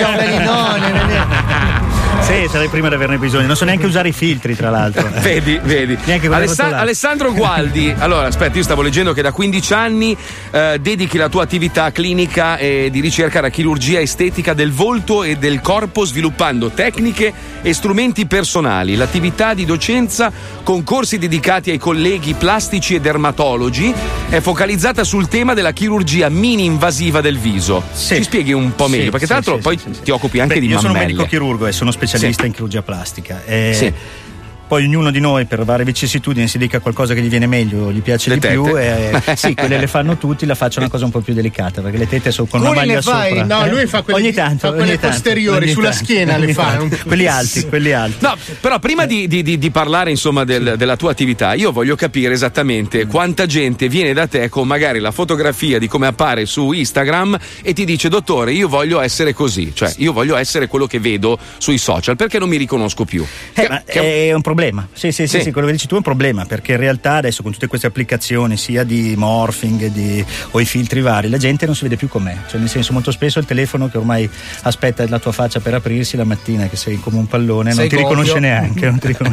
Sì, sarei prima di averne bisogno. Non so neanche usare i filtri, tra l'altro. Vedi. Alessandro Gualdi. Allora, aspetta, io stavo leggendo che da 15 anni dedichi la tua attività clinica e di ricerca alla chirurgia estetica del volto e del corpo, sviluppando tecniche e strumenti personali, l'attività di docenza con corsi dedicati ai colleghi plastici e dermatologi è focalizzata sul tema della chirurgia mini invasiva del viso. Sì. Ci spieghi un po' meglio, perché tra l'altro poi ti occupi anche di mammelle. Io sono medico chirurgo e sono specialista in chirurgia plastica. Poi ognuno di noi per varie vicissitudini si dedica a qualcosa che gli viene meglio, gli piace di più. Sì, quelle le fanno tutti, la faccio una cosa un po' più delicata, perché le tette sono con una maglia sopra. No, lui fa quelle, ogni tanto, posteriori, sulla schiena le fa. quelli alti. No, però prima di parlare insomma della tua attività, io voglio capire esattamente quanta gente viene da te con magari la fotografia di come appare su Instagram e ti dice: dottore, io voglio essere così, cioè io voglio essere quello che vedo sui social, perché non mi riconosco più. È un problema. Sì, quello che dici tu è un problema, perché in realtà adesso con tutte queste applicazioni sia di morphing o i filtri vari, la gente non si vede più com'è, cioè nel senso, molto spesso il telefono che ormai aspetta la tua faccia per aprirsi la mattina, che sei come un pallone, non ti riconosce neanche.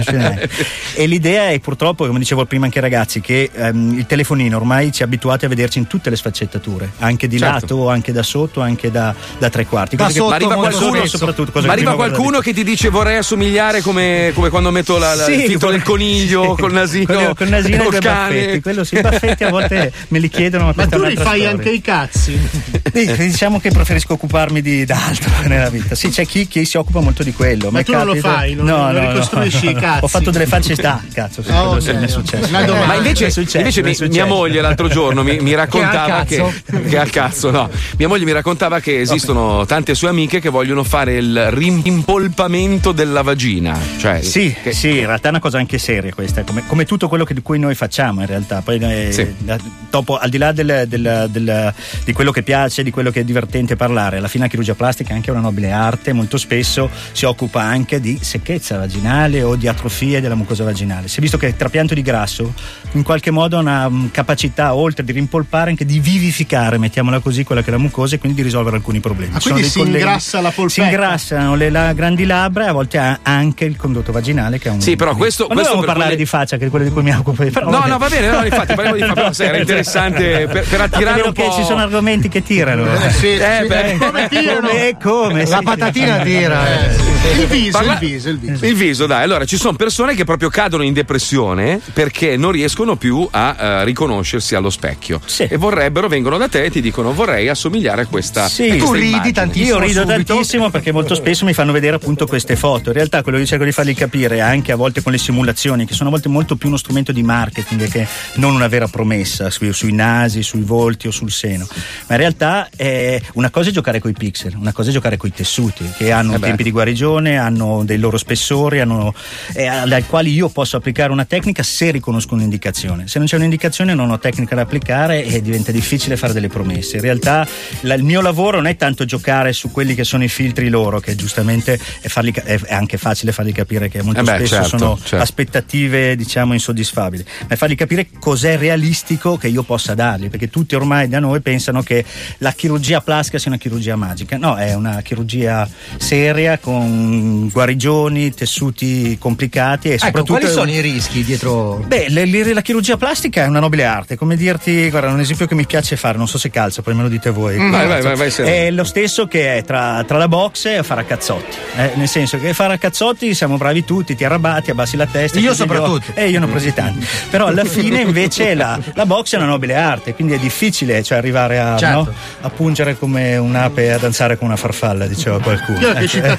E l'idea è, purtroppo, come dicevo prima anche ai ragazzi, che il telefonino ormai ci ha abituati a vederci in tutte le sfaccettature, anche di lato, anche da sotto, anche da tre quarti. Ma arriva qualcuno che ti dice: vorrei assomigliare come quando metto il filtro del coniglio col nasino, col nasino e i baffetti. Quello sì, i baffetti a volte me li chiedono, ma tu li fai anche i cazzi? Diciamo che preferisco occuparmi di d'altro nella vita. Sì, c'è chi si occupa molto di quello. Ma tu non lo fai? Non ricostruisci i cazzi? Ho fatto delle facce cazzo, mi è successo. Ma invece mia moglie l'altro giorno mi raccontava che al cazzo, no. Mia moglie mi raccontava che esistono tante sue amiche che vogliono fare il rimpolpamento della vagina. Cioè, sì, in realtà è una cosa anche seria questa, come tutto quello di cui noi facciamo in realtà. Poi dopo, al di là di quello che piace, di quello che è divertente parlare, alla fine la chirurgia plastica è anche una nobile arte, molto spesso si occupa anche di secchezza vaginale o di atrofia della mucosa vaginale. Si è visto che il trapianto di grasso in qualche modo ha una capacità, oltre di rimpolpare, anche di vivificare, mettiamola così, quella che è la mucosa, e quindi di risolvere alcuni problemi. Quindi si ingrassa la polpetta? Si ingrassano le grandi labbra e a volte anche il condotto vaginale, che è un... Sì, però questo dobbiamo parlare di faccia, che è quello di cui mi occupo. Però no, va bene, infatti parliamo di faccia, era interessante per attirare un po'. Che ci sono argomenti che tirano. Come tirano? Come? La patatina tira. Il viso, dai. Allora, ci sono persone che proprio cadono in depressione perché non riescono più a riconoscersi allo specchio e vengono da te e ti dicono: vorrei assomigliare a questa. Sì, tu ridi tantissimo. Io rido tantissimo perché molto spesso mi fanno vedere appunto queste foto. In realtà quello che cerco di fargli capire, anche a volte con le simulazioni, che sono a volte molto più uno strumento di marketing che non una vera promessa sui nasi, sui volti o sul seno. Ma in realtà una cosa è giocare coi pixel, una cosa è giocare coi tessuti, che hanno tempi di guarigione, hanno dei loro spessori, dai quali io posso applicare una tecnica se riconosco un'indicazione. Se non c'è un'indicazione non ho tecnica da applicare e diventa difficile fare delle promesse. In realtà il mio lavoro non è tanto giocare su quelli che sono i filtri loro, che giustamente è anche facile fargli capire che molto spesso sono aspettative, diciamo, insoddisfabili, ma è fargli capire cos'è realistico che io possa dargli, perché tutti ormai da noi pensano che la chirurgia plastica sia una chirurgia magica. No, è una chirurgia seria con guarigioni, tessuti complicati e soprattutto. Quali sono i rischi dietro? La chirurgia plastica è una nobile arte, come dirti, guarda, un esempio che mi piace fare, non so se calza, poi me lo dite voi. Vai, è lo stesso che è tra la boxe e fare a cazzotti, nel senso che fare a cazzotti siamo bravi tutti, ti arrabatti, abbassi la testa. Io soprattutto. Io ne ho presi tanti. Però alla fine invece la boxe è una nobile arte, quindi è difficile, cioè, arrivare a pungere come un'ape e a danzare come una farfalla, diceva qualcuno. Che citazione del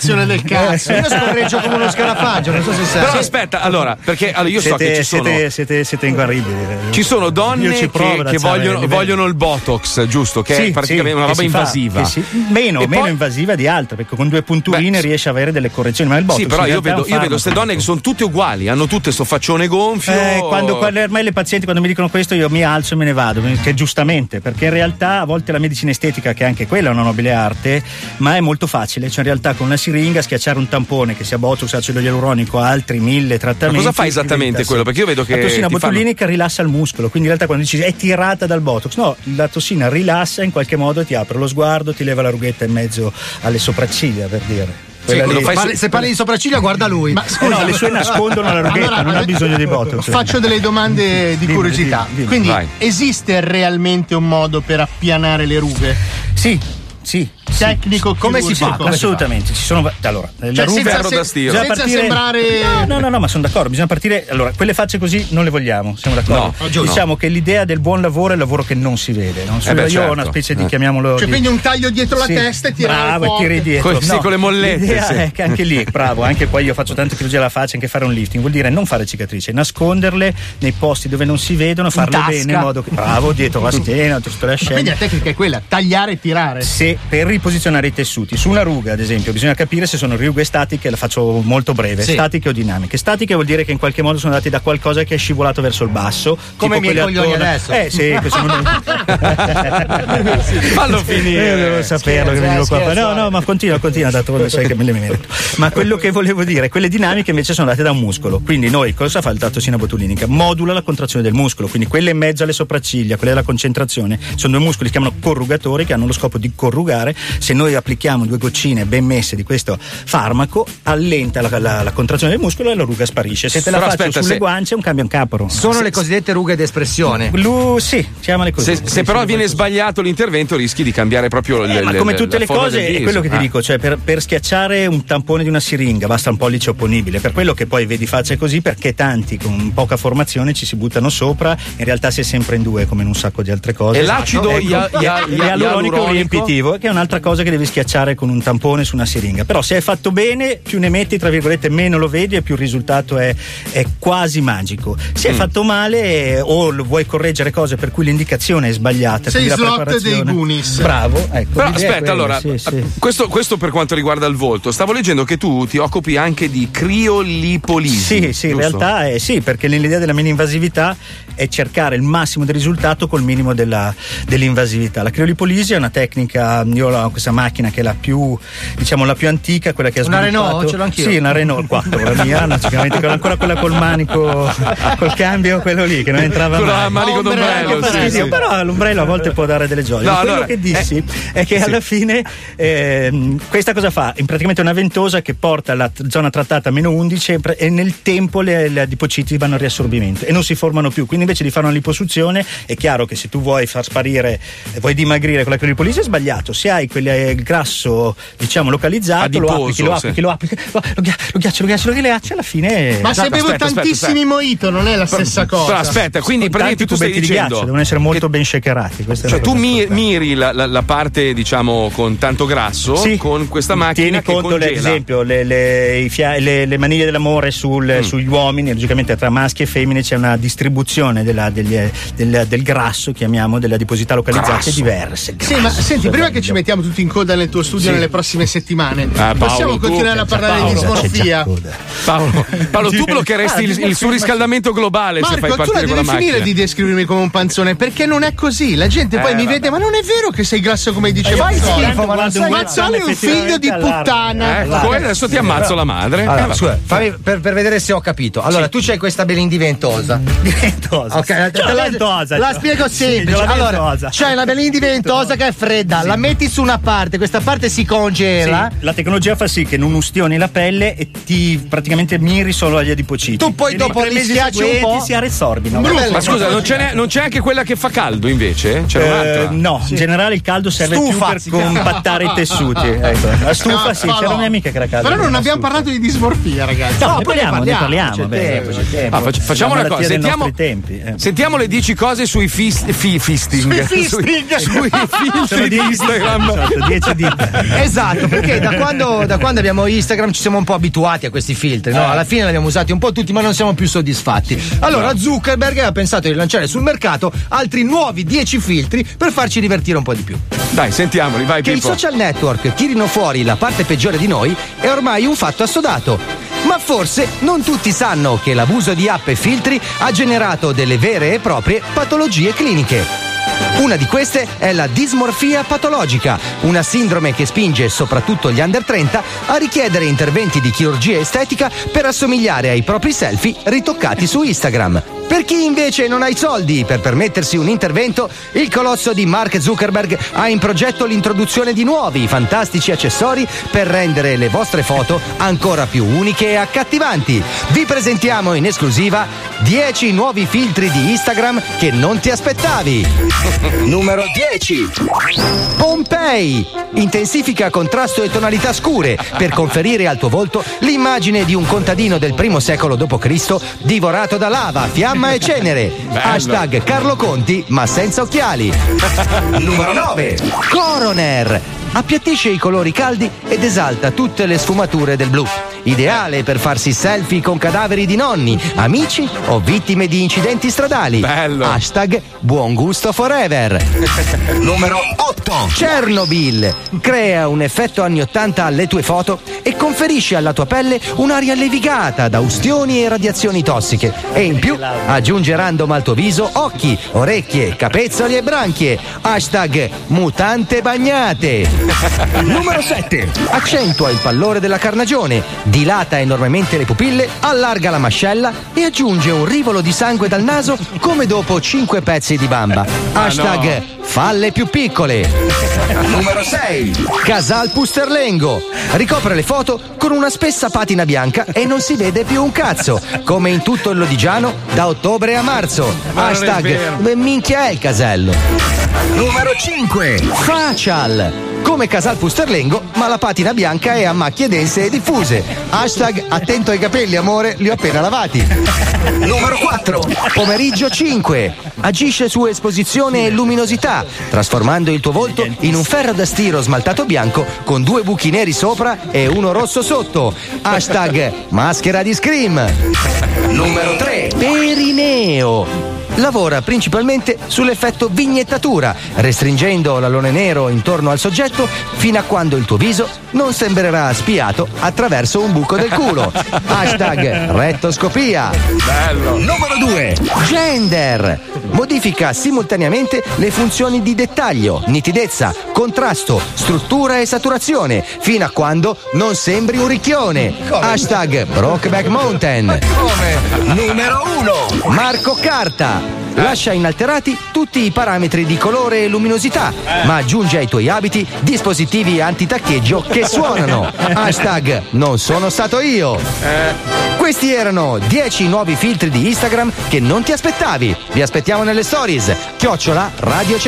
cazzo. Io scorreggio come uno scarafaggio, non so se sai. Però aspetta, allora, perché io so che ci sono. Siete inguaribili. Ci sono donne che vogliono il Botox, giusto? Che è praticamente una roba invasiva. Meno invasiva di altre, perché con 2 punturine riesce a avere delle correzioni. Ma il Botox. Sì, però io vedo queste donne che sono tutte uguali, hanno tutte sto faccione gonfio. Quando ormai le pazienti, quando mi dicono questo, io mi alzo e me ne vado, che giustamente, perché in realtà a volte la medicina estetica, che anche quella è una nobile arte, ma è molto facile, cioè in realtà con una siringa schiacciare un tampone, che sia Botox, acido ialuronico, altri 1000 trattamenti. Ma cosa fa esattamente quello? Perché io vedo che la tossina botulinica rilassa il muscolo, quindi in realtà quando dici è tirata dal Botox, no, la tossina rilassa in qualche modo, ti apre lo sguardo, ti leva la rughetta in mezzo alle sopracciglia, per dire. Se parli di sopracciglia, guarda lui. Ma scusa, le sue nascondono la rughetta, non ha bisogno di Botox. Faccio delle domande di curiosità. Quindi esiste realmente un modo per appianare le rughe? Sì. Tecnico, come si fa? Assolutamente. Ci sono. Allora, la ruga senza sembrare. No, ma sono d'accordo. Bisogna partire. Allora, quelle facce così non le vogliamo. Siamo d'accordo? No, diciamo che l'idea del buon lavoro è il lavoro che non si vede. No? Io ho una specie di, chiamiamolo. Cioè, quindi un taglio dietro la testa e tirare. Bravo, e tiri dietro. Con le mollette. L'idea è che anche lì, bravo. Anche poi io faccio tante chirurgie alla faccia, anche fare un lifting vuol dire non fare cicatrici, nasconderle nei posti dove non si vedono, farle bene in modo che. Bravo, dietro la schiena, sotto le ascelle. Quindi la tecnica è quella, tagliare e tirare. Sì, per riposizionare i tessuti. Su una ruga, ad esempio, bisogna capire se sono rughe statiche, la faccio molto breve, statiche o dinamiche. Statiche vuol dire che in qualche modo sono andati da qualcosa che è scivolato verso il basso. Come i miei coglioni adesso. Sì, fallo finire. Devo saperlo che venivo qua. No, ma continua, d'altronde sai che me le merito. Ma quello che volevo dire, quelle dinamiche invece sono andate da un muscolo. Quindi noi cosa fa la tossina botulinica? Modula la contrazione del muscolo, quindi quelle in mezzo alle sopracciglia, quelle della concentrazione, sono 2 muscoli che si chiamano corrugatori, che hanno lo scopo di corrugare. Se noi applichiamo 2 goccine ben messe di questo farmaco, allenta la contrazione del muscolo e la ruga sparisce. Se te la faccio sulle guance è un cambio in capro. Sono le cosiddette rughe d'espressione. Sì, chiamale così. Se però viene sbagliato l'intervento rischi di cambiare proprio ma come tutte le cose è quello che ti dico, cioè per schiacciare un tampone di una siringa basta un pollice opponibile, per quello che poi vedi facce così, perché tanti con poca formazione ci si buttano sopra, in realtà si è sempre in 2 come in un sacco di altre cose. E l'acido ialuronico riempitivo, che è un'altra cosa che devi schiacciare con un tampone su una siringa, però se è fatto bene, più ne metti, tra virgolette, meno lo vedi e più il risultato è quasi magico. Se è fatto male o vuoi correggere cose per cui l'indicazione è sbagliata, sei la slot dei Goonies. Bravo, ecco. Però aspetta, allora, questo per quanto riguarda il volto, stavo leggendo che tu ti occupi anche di criolipolisi. Sì, in realtà sì, perché l'idea della mini-invasività è cercare il massimo del risultato col minimo dell'invasività. La criolipolisi è una tecnica, io ho questa macchina che è la più antica, quella che ha sviluppato. Una Renault, ce l'ho anch'io. Sì, una Renault 4, la mia, naturalmente, ancora quella col manico, col cambio, quello lì, che non entrava mai. Con manico d'ombrello, sì. Però l'ombrello a volte può dare delle gioie. Quello che dissi è che alla fine questa cosa fa? Praticamente una ventosa che porta la zona trattata a -11 e nel tempo le adipociti vanno a riassorbimento e non si formano più, quindi invece di fare una liposuzione è chiaro che se tu vuoi far sparire, vuoi dimagrire con la criolipolisi è sbagliato. Se hai il grasso localizzato, adiposo, lo applichi, lo ghiacci alla fine. Ma se bevo tantissimi mojito non è la stessa cosa. Però aspetta, quindi praticamente tu stai dicendo devono essere molto ben shakerati. Cioè tu miri la parte con tanto grasso con questa macchina. Tieni conto, ad esempio, le maniglie dell'amore sugli uomini, logicamente tra maschi e femmine c'è una distribuzione del grasso, chiamiamo, delle adiposità localizzate diverse. Sì, ma senti, prima che ci mettiamo tutti in coda nel tuo studio nelle prossime settimane, possiamo continuare a parlare di dismorfia? Paolo, tu bloccheresti il surriscaldamento globale. Marco, se fai partire tu con la devi finire di descrivermi come un panzone, perché non è così. La gente poi mi vede, ma non è vero che sei grasso come diceva Mazzoli è un figlio di puttana. Adesso ti ammazzo la madre. Allora, scusa, per vedere se ho capito. Allora, tu c'hai questa Belin ventosa. Ok, la spiego semplice. Allora, c'hai la Belin ventosa che è fredda, la metti su una parte, questa parte si congela. La tecnologia fa sì che non ustioni la pelle e ti praticamente miri solo agli adipociti. Tu poi dopo li schiacci un po', si arresorbino. Ma scusa, non c'è anche quella che fa caldo invece? C'è un'altra? No, in generale il caldo serve più per compattare i tessuti. Ecco. La stufa c'era una mia amica che era calda. Però non abbiamo parlato di dismorfia, ragazzi. No, ne parliamo. Facciamo una cosa, sentiamo le 10 cose sui fisting. Sui filtri di Instagram. 10 dita. Esatto, perché da quando abbiamo Instagram ci siamo un po' abituati a questi filtri, no? Alla fine li abbiamo usati un po' tutti, ma non siamo più soddisfatti. Allora Zuckerberg ha pensato di lanciare sul mercato altri nuovi 10 filtri per farci divertire un po' di più. Dai, sentiamoli, vai Che Pippo. i social network tirino fuori la parte peggiore di noi è ormai un fatto assodato. Ma forse non tutti sanno che l'abuso di app e filtri ha generato delle vere e proprie patologie cliniche. Una di queste è la dismorfia patologica, una sindrome che spinge soprattutto gli under 30 a richiedere interventi di chirurgia estetica per assomigliare ai propri selfie ritoccati su Instagram. Per chi invece non ha i soldi per permettersi un intervento, il colosso di Mark Zuckerberg ha in progetto l'introduzione di nuovi fantastici accessori per rendere le vostre foto ancora più uniche e accattivanti. Vi presentiamo in esclusiva 10 nuovi filtri di Instagram che non ti aspettavi. Numero 10. Pompei. Intensifica contrasto e tonalità scure per conferire al tuo volto l'immagine di un contadino del I secolo d.C. divorato da lava, fiamma e cenere. Hashtag Carlo Conti, ma senza occhiali. Numero 9. Coroner. Appiattisce i colori caldi ed esalta tutte le sfumature del blu. Ideale per farsi selfie con cadaveri di nonni, amici o vittime di incidenti stradali. Bello. Hashtag buon gusto forever. Numero 8. Chernobyl. Crea un effetto anni 80 alle tue foto e conferisce alla tua pelle un'aria levigata da ustioni e radiazioni tossiche. E in più aggiunge random al tuo viso occhi, orecchie, capezzoli e branchie. Hashtag mutante bagnate. Numero 7. Accentua il pallore della carnagione, dilata enormemente le pupille, allarga la mascella e aggiunge un rivolo di sangue dal naso come dopo 5 pezzi di bamba. Hashtag falle più piccole. Numero 6. Casal Pusterlengo. Ricopre le foto con una spessa patina bianca e non si vede più un cazzo, come in tutto il Lodigiano da ottobre a marzo. Hashtag minchia è il casello. Numero 5. Facial. Come Casal Pusterlengo, ma la patina bianca è a macchie dense e diffuse. Hashtag attento ai capelli, amore, li ho appena lavati. Numero 4. Pomeriggio 5. Agisce su esposizione e luminosità, trasformando il tuo volto in un ferro da stiro smaltato bianco con 2 buchi neri sopra e uno rosso sotto. Hashtag maschera di Scream. Numero 3. Perineo. Lavora principalmente sull'effetto vignettatura, restringendo l'alone nero intorno al soggetto fino a quando il tuo viso non sembrerà spiato attraverso un buco del culo. Hashtag rettoscopia. Bello. Numero 2. Gender. Modifica simultaneamente le funzioni di dettaglio, nitidezza, contrasto, struttura e saturazione fino a quando non sembri un ricchione. Hashtag Brokeback Mountain. Numero 1. Marco Carta. Lascia inalterati tutti i parametri di colore e luminosità, ma aggiunge ai tuoi abiti dispositivi antitaccheggio che suonano. Hashtag non sono stato io. Questi erano 10 nuovi filtri di Instagram che non ti aspettavi. Vi aspettiamo nelle stories. @Radio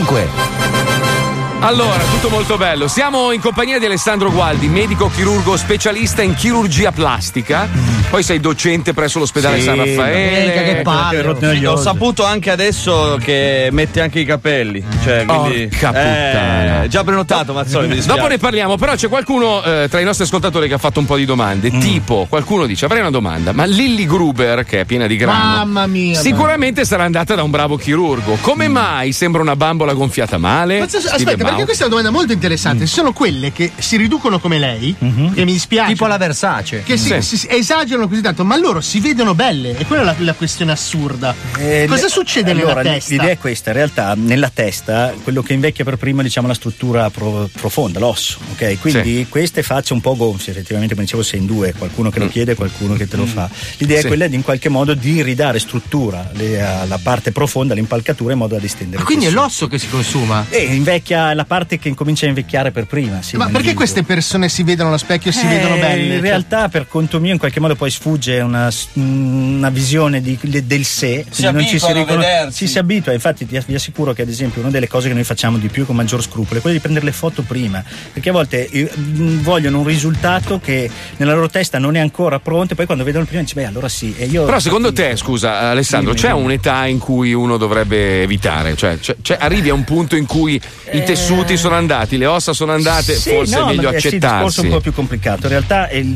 105. Allora, tutto molto bello. Siamo in compagnia di Alessandro Gualdi, medico chirurgo specialista in chirurgia plastica. Poi sei docente presso l'ospedale San Raffaele. Che palle. Ho saputo anche adesso che mette anche i capelli. Cioè, quindi. Puttana. Già prenotato, Mazzoli. Mi dispiace. Dopo ne parliamo, però c'è qualcuno tra i nostri ascoltatori che ha fatto un po' di domande. Tipo, qualcuno dice: avrei una domanda, ma Lilly Gruber, che è piena di grano, Mamma mia. sicuramente sarà andata da un bravo chirurgo. Come mai sembra una bambola gonfiata male? Aspetta, perché questa è una domanda molto interessante. Ci sono quelle che si riducono come lei, che mi dispiace. Tipo la Versace. Che si esagerano così tanto, ma loro si vedono belle. E quella è la questione assurda. Cosa succede nella testa? L'idea è questa: in realtà nella testa quello che invecchia per prima, diciamo, la struttura profonda, l'osso, ok? Quindi queste facce un po' gonfie, effettivamente, come dicevo, sei in due, qualcuno che lo chiede e qualcuno che te lo fa. L'idea è quella di in qualche modo di ridare struttura alla parte profonda, all'impalcatura, in modo da distendere. Quindi è l'osso che si consuma? Invecchia la parte che incomincia a invecchiare per prima. Sì, ma perché queste persone si vedono allo specchio e si vedono belle? In realtà, per conto mio, in qualche modo poi sfugge una visione del sé, non ci si abitua. Infatti vi assicuro che ad esempio una delle cose che noi facciamo di più con maggior scrupolo è quella di prendere le foto prima, perché a volte vogliono un risultato che nella loro testa non è ancora pronto, e poi quando vedono il prima dice allora sì. E io, però secondo te, scusa Alessandro, c'è un'età in cui uno dovrebbe evitare? Cioè arrivi a un punto in cui i tessuti sono andati, le ossa sono andate, forse è meglio accettarsi. Sì, il discorso è un po' più complicato. In realtà il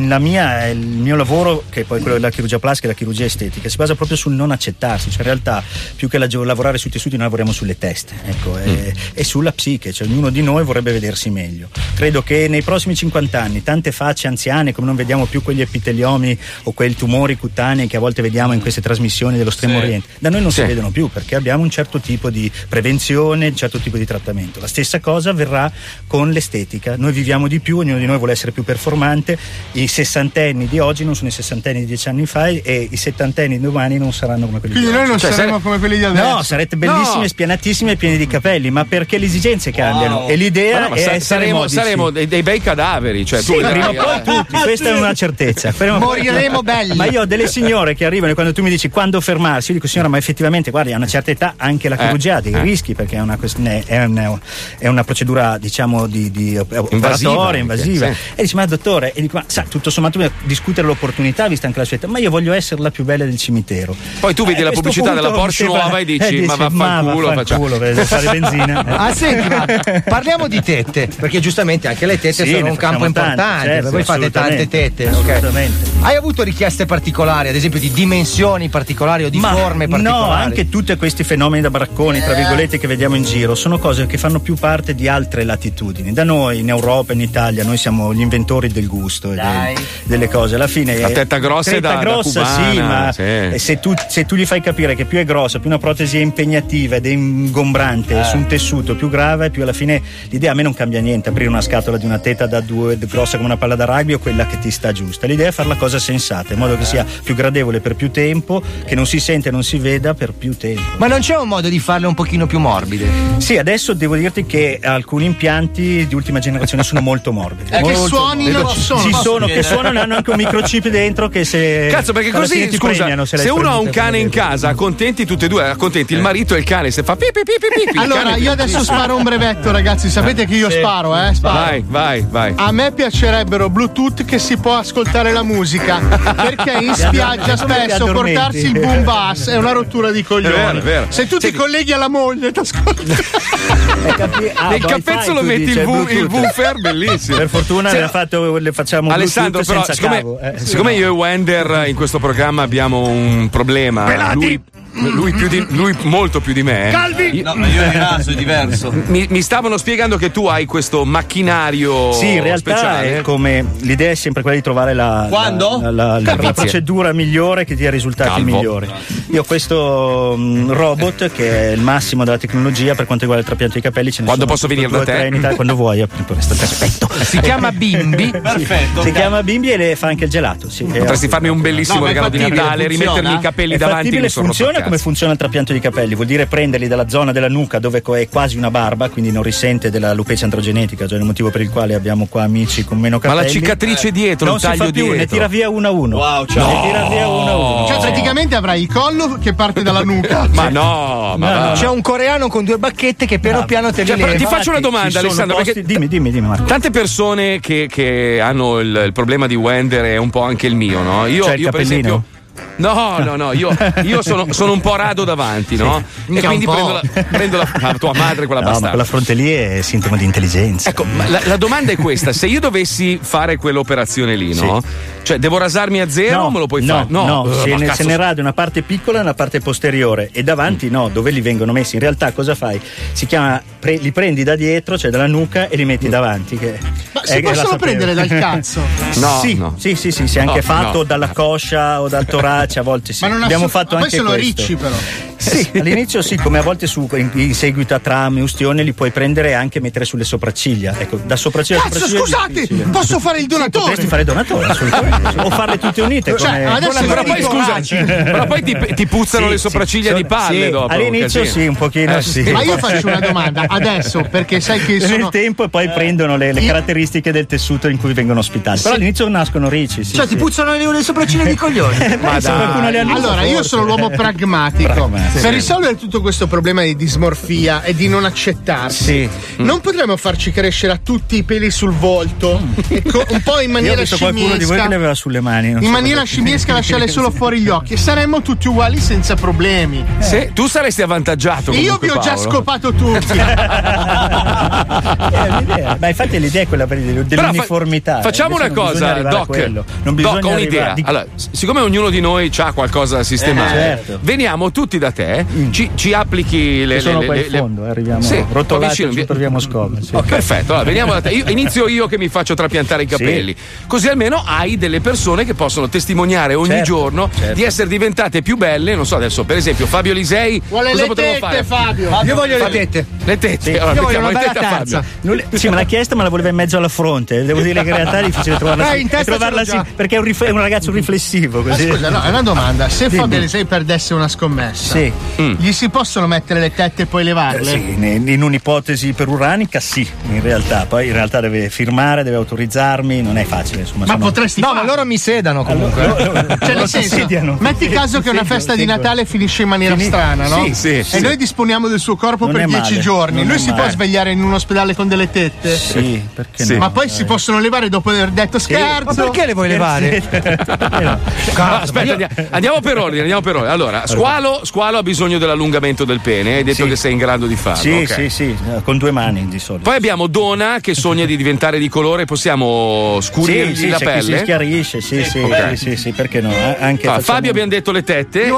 mio lavoro, che è poi quello della chirurgia plastica e la chirurgia estetica, si basa proprio sul non accettarsi. Cioè in realtà più che lavorare sui tessuti noi lavoriamo sulle teste, ecco, e sulla psiche, cioè ognuno di noi vorrebbe vedersi meglio. Credo che nei prossimi 50 anni tante facce anziane, come non vediamo più quegli epiteliomi o quei tumori cutanei che a volte vediamo in queste trasmissioni dello Estremo Oriente, da noi non si vedono più, perché abbiamo un certo tipo di prevenzione, un certo tipo di trattamento. La stessa cosa avverrà con l'estetica. Noi viviamo di più, ognuno di noi vuole essere più performante. I sessantenni di oggi non sono i sessantenni di 10 anni fa, e i settantenni di domani non saranno come quelli di oggi. Quindi noi non saremo come quelli di adesso. No, sarete bellissimi, spianatissimi e pieni di capelli, ma perché le esigenze cambiano, e l'idea è essere saremo dei bei cadaveri, cioè sì, prima o poi tutti, questa è una certezza. Moriremo belli. Ma io ho delle signore che arrivano, e quando tu mi dici quando fermarsi, io dico signora, ma effettivamente guardi, a una certa età anche la chirurgia ha dei rischi, perché è una procedura, diciamo, di operatoria, invasiva. Sì. E dici ma dottore, e dico ma sa, tutto sommato discutere l'opportunità vista anche la sua età, ma io voglio essere la più bella del cimitero. Poi tu vedi la pubblicità della Porsche nuova e dici ma vaffanculo, per fare benzina. Senti, ma parliamo di tette, perché giustamente anche le tette sono un campo importante, certo, voi fate tante tette. Assolutamente. Okay. Hai avuto richieste particolari, ad esempio di dimensioni particolari o di forme particolari? No, anche tutti questi fenomeni da baracconi, tra virgolette, che vediamo in giro sono cose che fanno più parte di altre latitudini. Da noi in Europa, in Italia, noi siamo gli inventori del gusto e delle cose. Alla fine la tetta grossa è da cubana, sì, ma se tu gli fai capire che più è grossa, più una protesi è impegnativa ed è ingombrante su un tessuto più grave, più alla fine l'idea, a me non cambia niente aprire una scatola di una tetta da 2 grossa come una palla da rugby o quella che ti sta giusta. L'idea è fare la cosa sensata, in modo che sia più gradevole per più tempo, che non si sente e non si veda per più tempo. Ma non c'è un modo di farle un pochino più morbide? Sì, adesso devo dirti che alcuni impianti di ultima generazione sono molto morbidi. Che suonino che suonano, hanno anche un microchip dentro che se cazzo, perché così scusa, premiano, se uno ha un cane in casa, accontenti tutti e due, accontenti il marito e il cane, se fa pipi. Allora io adesso sparo un brevetto, ragazzi, sapete che io sparo. Vai. A me piacerebbero Bluetooth che si può ascoltare la musica, perché in spiaggia spesso portarsi il boom bass è una rottura di coglioni. È vero. Se tu ti colleghi alla moglie t'ascolti. Nel capezzolo metti il woofer, bellissimo. Per fortuna le facciamo Alessandro, però siccome io e Wender in questo programma abbiamo un problema, lui molto più di me. Calvi! No, io e Naso è diverso. Mi stavano spiegando che tu hai questo macchinario. Sì, in realtà speciale. È come l'idea è sempre quella di trovare la procedura migliore che dia risultati migliori. Io ho questo robot che è il massimo della tecnologia per quanto riguarda il trapianto dei capelli. Quando posso venire da te? Quando vuoi, appunto, aspetto. Si chiama Bimbi. Perfetto. Si chiama Bimbi e fa anche il gelato. Sì. Potresti farmi un bellissimo regalo di Natale, rimettermi i capelli davanti. Funziona come funziona il trapianto di capelli? Vuol dire prenderli dalla zona della nuca dove è quasi una barba, quindi non risente della alopecia androgenetica, cioè il motivo per il quale abbiamo qua amici con meno capelli. Ma la cicatrice dietro, non il taglio si fa più, dietro. Ne tira via uno a uno. Wow, ciao. Ne tira via uno a uno. Cioè praticamente avrai il collo che parte dalla nuca. Ma no. C'è un coreano con 2 bacchette che piano piano te le leva. Ti faccio una domanda, Alessandro, perché dimmi Marco. Tante persone che hanno il problema di Wender è un po' anche il mio, no? Io per esempio No, io sono un po' rado davanti, no? Sì. E quindi prendo la tua madre, quella bastarda. Ma quella fronte lì è sintomo di intelligenza. Ecco, ma la domanda è questa: se io dovessi fare quell'operazione lì, no? Cioè, devo rasarmi a zero o me lo puoi fare? No, se ne radi una parte piccola e una parte posteriore e davanti dove li vengono messi? In realtà cosa fai? Si chiama li prendi da dietro, cioè dalla nuca, e li metti davanti. Ma si possono prendere dal cazzo? Sì, anche fatto dalla coscia o dal torace, a volte sì. Ma non abbiamo fatto poi anche sono questo. ricci però. Sì, all'inizio sì, come a volte in seguito a trame, ustioni li puoi prendere e anche mettere sulle sopracciglia. Ecco, da sopracciglia a sopracciglia. Scusate, posso fare il donatore? Potresti fare il donatore, assolutamente. O farle tutte unite. Però poi scusaci, però poi ti puzzano le sopracciglia di palle dopo. All'inizio sì, un pochino sì. Ma io faccio una domanda adesso, perché sai che nel tempo e poi prendono le caratteristiche del tessuto in cui vengono ospitati. Però all'inizio nascono ricci. Cioè ti puzzano le sopracciglia di coglioni. Ma allora, io sono l'uomo pragmatico. Per risolvere tutto questo problema di dismorfia e di non accettarsi, non potremmo farci crescere a tutti i peli sul volto, un po' in maniera scimmiesca. Qualcuno di voi che ne aveva sulle mani. In maniera scimmiesca, lasciare solo fuori gli occhi e saremmo tutti uguali senza problemi. Sì, tu saresti avvantaggiato. Io vi ho già scopato tutti. Ma infatti l'idea è quella dell'uniformità. Facciamo una cosa, Doc. Doc, ho un'idea. Allora, siccome ognuno di noi ha qualcosa da sistemare, veniamo tutti da te, ci applichi le sono qua in fondo, arriviamo rotolati e ci troviamo scomodi. Perfetto, allora veniamo da te. Inizio io che mi faccio trapiantare i capelli. Così almeno hai delle persone che possono testimoniare ogni giorno di essere diventate più belle. Non so, adesso per esempio Fabio Lisei. Vuole cosa le potremmo tette, fare? Fabio. Io voglio le tette. Le tette. Sì. Allora, io voglio mettiamo una le tette bella a Fabio. Sì, me l'ha chiesta, ma la voleva in mezzo alla fronte. Devo dire che in realtà è difficile trovarla sì, perché è un ragazzo riflessivo. Così. Ma scusa, no, è una domanda. Se Fabio Lisei perdesse una scommessa, gli si possono mettere le tette e poi levarle? Sì, in un'ipotesi peruranica sì, in realtà. Poi in realtà deve firmare, deve autorizzarmi, non è facile. Insomma, ma potresti ma loro mi sedano comunque. Cioè, nel senso, metti caso che una festa di Natale finisce in maniera strana, no? Sì. E noi disponiamo del suo corpo per 10 giorni. Lui si può svegliare in un ospedale con delle tette? Sì, perché no? Ma poi si possono levare dopo aver detto scherzo. Ma perché le vuoi levare? Aspetta, andiamo per ordine. Allora, Squalo ha bisogno dell'allungamento del pene. Hai detto che sei in grado di farlo. Sì, con 2 mani di solito. Poi abbiamo Dona che sogna di diventare di colore. Possiamo scurirgli la pelle? Si schiarisce, sì, perché no? Anche Fabio abbiamo detto le tette.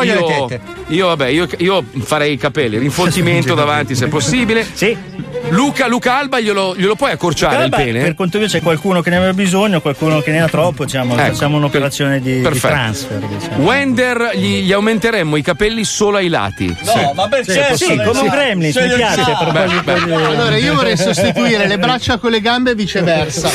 Io farei i capelli, rinfoltimento davanti se possibile. Sì. Luca Alba glielo puoi accorciare il pene? Per conto mio c'è qualcuno che ne aveva bisogno, qualcuno che ne ha troppo, facciamo un'operazione di transfer. Wender gli aumenteremmo i capelli solo ai lati. No, ma perché? Sì, come un gremlin, mi piace. Allora io vorrei sostituire le braccia con le gambe e viceversa.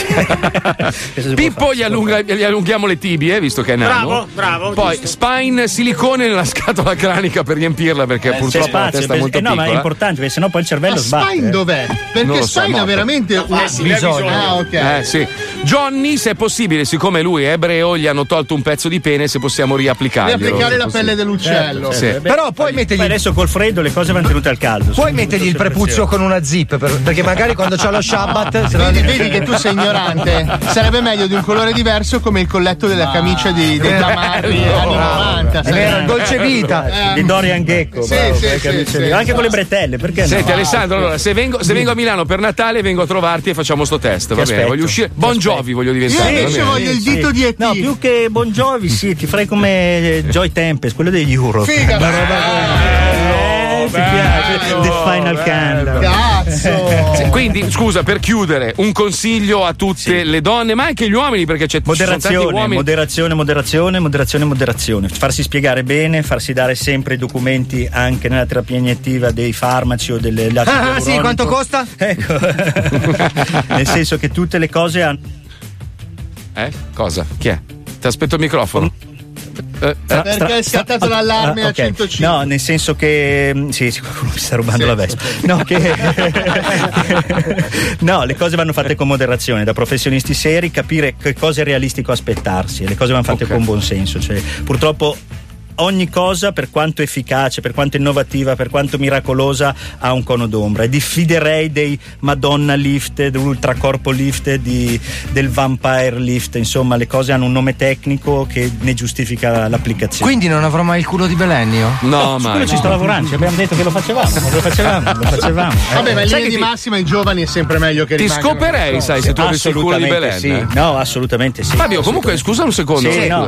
Pippo gli allunghiamo le tibie, visto che è nano. Bravo. Poi Spine silicone nella scatola cranica per riempirla, perché purtroppo la testa è molto piccola. No, ma è importante, perché sennò poi il cervello sbatte. Spine dov'è? Perché Spine ha veramente bisogno. Ah, ok. Sì. Johnny, se è possibile, siccome lui è ebreo, gli hanno tolto un pezzo di pene, se possiamo riapplicarlo. Riapplicare la pelle dell'uccello. Sì. Però poi mettergli. Adesso col freddo le cose vanno tenute al caldo. Puoi mettergli il prepuzio con una zip, perché magari quando c'ha lo Shabbat. Vedi che tu sei ignorante. Sarebbe meglio di un colore diverso, come il colletto della camicia dei Tamarri anni 90. Dolce vita. Di Dorian Gecko. Sì. Anche con le bretelle, perché Senti, no? Alessandro, allora se vengo a Milano per Natale, vengo a trovarti e facciamo sto test. Va bene, voglio uscire. Bon Jovi voglio diventare. Io invece voglio il dito di E.T. No, più che Bon Jovi, sì, ti farei come Joy Tempest, quello degli Euro. Figa, una roba ti piace? The Final Countdown. Cazzo. Quindi, scusa, per chiudere, un consiglio a tutte le donne, ma anche gli uomini, perché ci sono tanti uomini. Moderazione. Farsi spiegare bene, farsi dare sempre i documenti anche nella terapia iniettiva dei farmaci o delle sì, quanto costa? Ecco. Nel senso che tutte le cose hanno. Cosa? Chi è? Ti aspetto il microfono. Perché è scattato l'allarme a 105. No, nel senso che sì, qualcuno mi sta rubando la Vespa. No, le cose vanno fatte con moderazione, da professionisti seri, capire che cosa è realistico aspettarsi, e le cose vanno fatte con buon senso. Cioè, purtroppo ogni cosa, per quanto efficace, per quanto innovativa, per quanto miracolosa, ha un cono d'ombra, e diffiderei dei Madonna lift, dell'ultracorpo lift, del vampire lift. Insomma, le cose hanno un nome tecnico che ne giustifica l'applicazione. Quindi non avrò mai il culo di Belenio? No, ma quello ci sto lavorando, ci abbiamo detto che lo facevamo. Vabbè, ma in linea di massima i giovani è sempre meglio che ti scoperei, sai, se tu avessi il culo di Belen. Sì. No, assolutamente sì. Fabio, comunque scusa un secondo. Sì, no.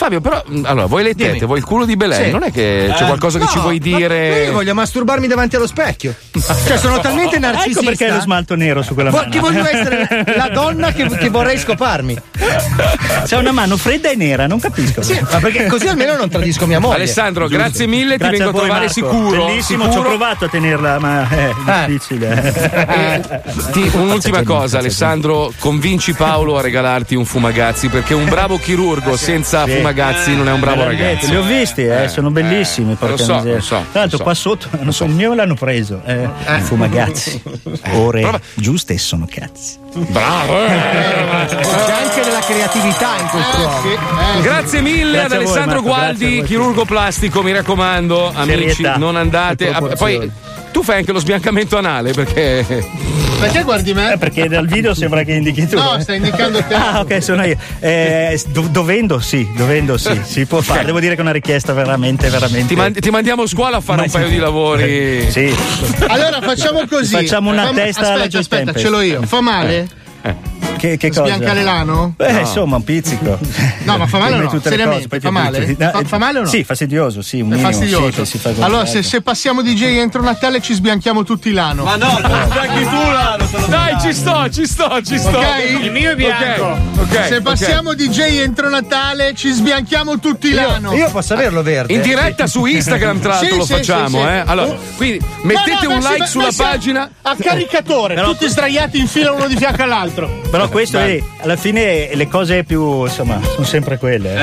Fabio, però, allora, vuoi le tette, vuoi il culo di Belen? Sì. Non è che c'è qualcosa che ci vuoi dire? Io voglio masturbarmi davanti allo specchio. Cioè, sono talmente narcisista. Ecco perché hai lo smalto nero su quella mano. Che voglio essere la donna che vorrei scoparmi. C'è una mano fredda e nera, non capisco. Sì, ma perché così almeno non tradisco mia moglie. Alessandro, grazie mille, Grazie ti vengo a voi, trovare Marco. sicuro. Bellissimo, sicuro. ci ho provato a tenerla, ma è difficile. Un'ultima cosa, Alessandro, convinci Paolo a regalarti un fumagazzi, perché un bravo chirurgo senza fumagazzi non è un bravo ragazzo. Li ho visti, sono bellissimi. Lo so. Tra l'altro, qua sotto, non so, il mio l'hanno preso. Fumagazzi. Ore giuste sono cazzi. Bravo! C'è anche della creatività in questo. Grazie mille ad Alessandro Gualdi, chirurgo plastico, mi raccomando, amici, Serietà non andate. Poi tu fai anche lo sbiancamento anale perché guardi me? Perché dal video sembra che indichi tu. No, stai indicando te. Ah, ok, sono io. Dovendo sì, si può fare. Devo dire che è una richiesta veramente. Ti mandiamo a scuola a fare un paio di lavori. Sì. Allora facciamo così. Facciamo una testa alla Aspetta, ce l'ho io. Fa male? Che cosa? Sbianca l'elano? Insomma, un pizzico. No, ma fa male o no? Tutte le Seriamente, cose, fa male? Fa male o no? Sì, fastidioso, sì. Un È minimo, fastidioso. Sì, si fa allora, se passiamo DJ entro Natale ci sbianchiamo tutti l'ano. Ma no, anche tu l'ano. Dai, ci sto. Ok? Il mio è bianco. Ok. Se passiamo DJ entro Natale ci sbianchiamo tutti l'ano. Io posso averlo verde. In diretta su Instagram, tra l'altro, lo facciamo, sì. Allora, quindi mettete un like sulla pagina. A caricatore, tutti sdraiati in fila uno di fianco all'altro. Però questo alla fine le cose più, insomma, sono sempre quelle.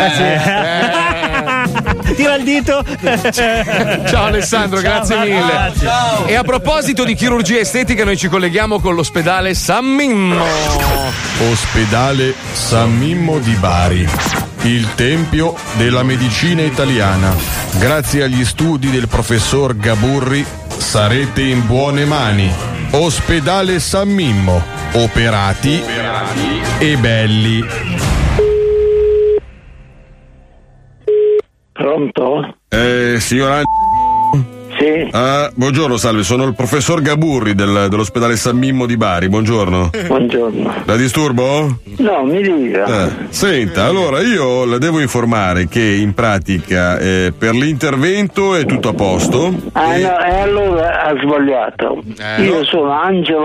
Tira il dito. Ciao Alessandro, grazie mille. Ciao. E a proposito di chirurgia estetica, noi ci colleghiamo con l'ospedale San Mimmo. Ospedale San Mimmo di Bari, il tempio della medicina italiana. Grazie agli studi del professor Gaburri sarete in buone mani. Ospedale San Mimmo, operati e belli. Pronto? Signora. Sì. Buongiorno, salve, sono il professor Gaburri dell'ospedale San Mimmo di Bari, buongiorno. Buongiorno. La disturbo? No, mi dica. Senta, allora io la devo informare che in pratica per l'intervento è tutto a posto. No, e allora ha sbagliato. Io sono Angelo.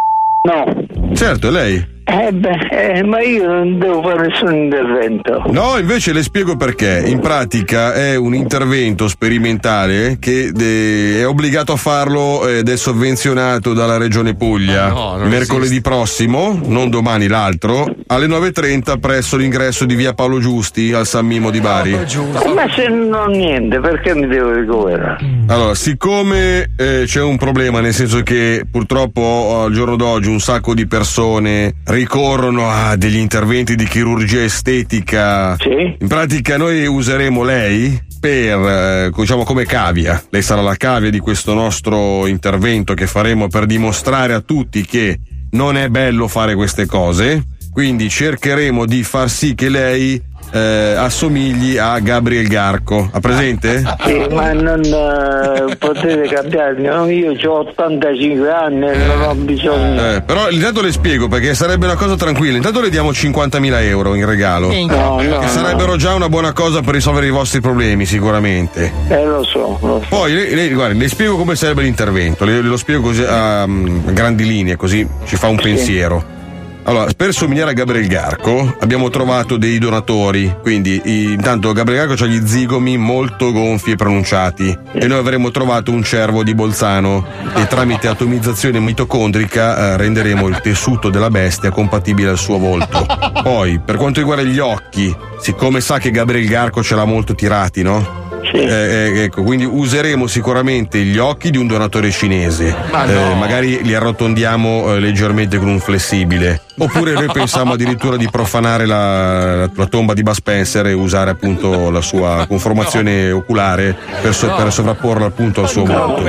No. Certo, è lei. Ma io non devo fare nessun intervento. No, invece le spiego perché. In pratica è un intervento sperimentale che è obbligato a farlo ed è sovvenzionato dalla Regione Puglia. Mercoledì prossimo, non domani, l'altro, alle 9:30 presso l'ingresso di via Paolo Giusti al San Mimmo di Bari. Ma se non ho niente, perché mi devo ricoverare? Allora, siccome c'è un problema, nel senso che purtroppo al giorno d'oggi un sacco di persone ricorrono a degli interventi di chirurgia estetica. Sì. In pratica noi useremo lei per, diciamo, come cavia. Lei sarà la cavia di questo nostro intervento che faremo per dimostrare a tutti che non è bello fare queste cose. Quindi cercheremo di far sì che lei assomigli a Gabriel Garco. Ha presente? Sì, ma non potete cambiarmi. Io ho 85 anni e non ho bisogno. Però intanto le spiego, perché sarebbe una cosa tranquilla. Intanto le diamo 50.000 euro in regalo. Che sarebbero già una buona cosa per risolvere i vostri problemi, sicuramente. Lo so. Poi guardi, le spiego come sarebbe l'intervento. Lo spiego così a grandi linee, così ci fa un pensiero. Allora, per somigliare a Gabriel Garco abbiamo trovato dei donatori, quindi intanto Gabriel Garco ha gli zigomi molto gonfi e pronunciati e noi avremmo trovato un cervo di Bolzano e tramite atomizzazione mitocondrica renderemo il tessuto della bestia compatibile al suo volto. Poi, per quanto riguarda gli occhi, siccome sa che Gabriel Garco ce l'ha molto tirati, no? Ecco, quindi useremo sicuramente gli occhi di un donatore cinese. Magari li arrotondiamo leggermente con un flessibile. Oppure noi pensiamo addirittura di profanare la tomba di Bud Spencer e usare appunto la sua conformazione oculare per sovrapporla appunto al suo volto.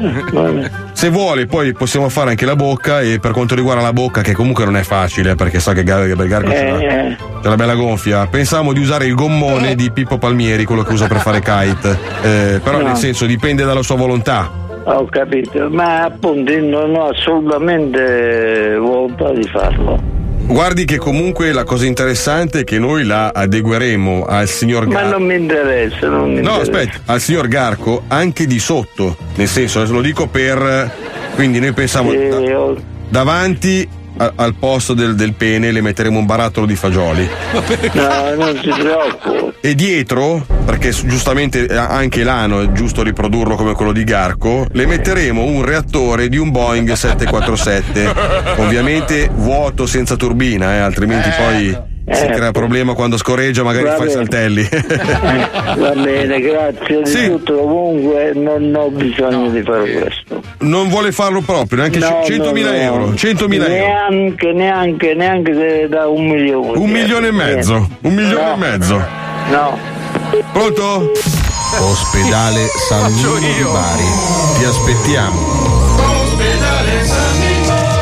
Se vuole poi possiamo fare anche la bocca, e per quanto riguarda la bocca, che comunque non è facile perché sa che Gabriel Garco c'è la bella gonfia, pensavamo di usare il gommone di Pippo Palmieri, quello che usa per fare kite, però nel senso dipende dalla sua volontà. Ho capito, ma appunto io non ho assolutamente volontà di farlo. Guardi che comunque la cosa interessante è che noi la adegueremo al signor Garco. Ma non mi interessa, No, aspetta, al signor Garco anche di sotto, nel senso, lo dico per... Quindi noi pensiamo davanti al posto del pene le metteremo un barattolo di fagioli. No, non si preoccupi. E dietro, perché giustamente anche l'ano è giusto riprodurlo come quello di Garco, le metteremo un reattore di un Boeing 747, ovviamente vuoto, senza turbina, altrimenti poi si crea problema quando scorreggia, magari fa i saltelli. Va bene, grazie di tutto. Comunque non ho bisogno di fare questo. Non vuole farlo proprio, neanche 100.000 euro. 100.000 euro. Neanche da 1 milione. 1 milione e mezzo. 1 milione e mezzo. No. Pronto? Ospedale San Mimmo di Bari. Ti aspettiamo. Ospedale San Mimmo.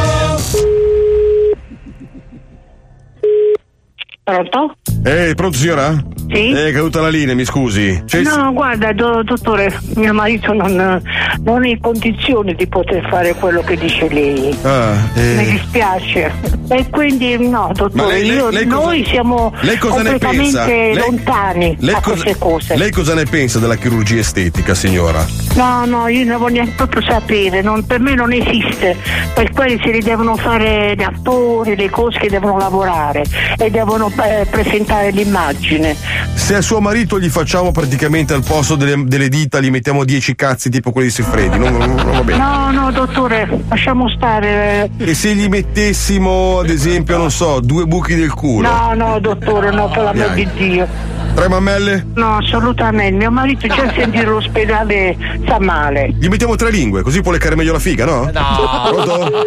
Pronto? Pronto signora? Sì. È caduta la linea, mi scusi. No, guarda, dottore, mio marito non è in condizione di poter fare quello che dice lei. Mi dispiace. E quindi no, dottore, noi siamo completamente lontani da queste cose. Lei cosa ne pensa della chirurgia estetica, signora? No, io non voglio proprio sapere, per me non esiste. Per quelli se li devono fare gli attori, le cose che devono lavorare e devono presentare l'immagine. Se a suo marito gli facciamo praticamente al posto delle dita gli mettiamo 10 cazzi tipo quelli di Siffredi, non va bene. No, dottore, lasciamo stare. E se gli mettessimo, ad esempio, non so, 2 buchi del culo? No, dottore, no, per l'amor di Dio. 3 mammelle? No, assolutamente. Mio marito già a sentire l'ospedale sta male. Gli mettiamo 3 lingue, così può leccare meglio la figa, no? No. Pronto?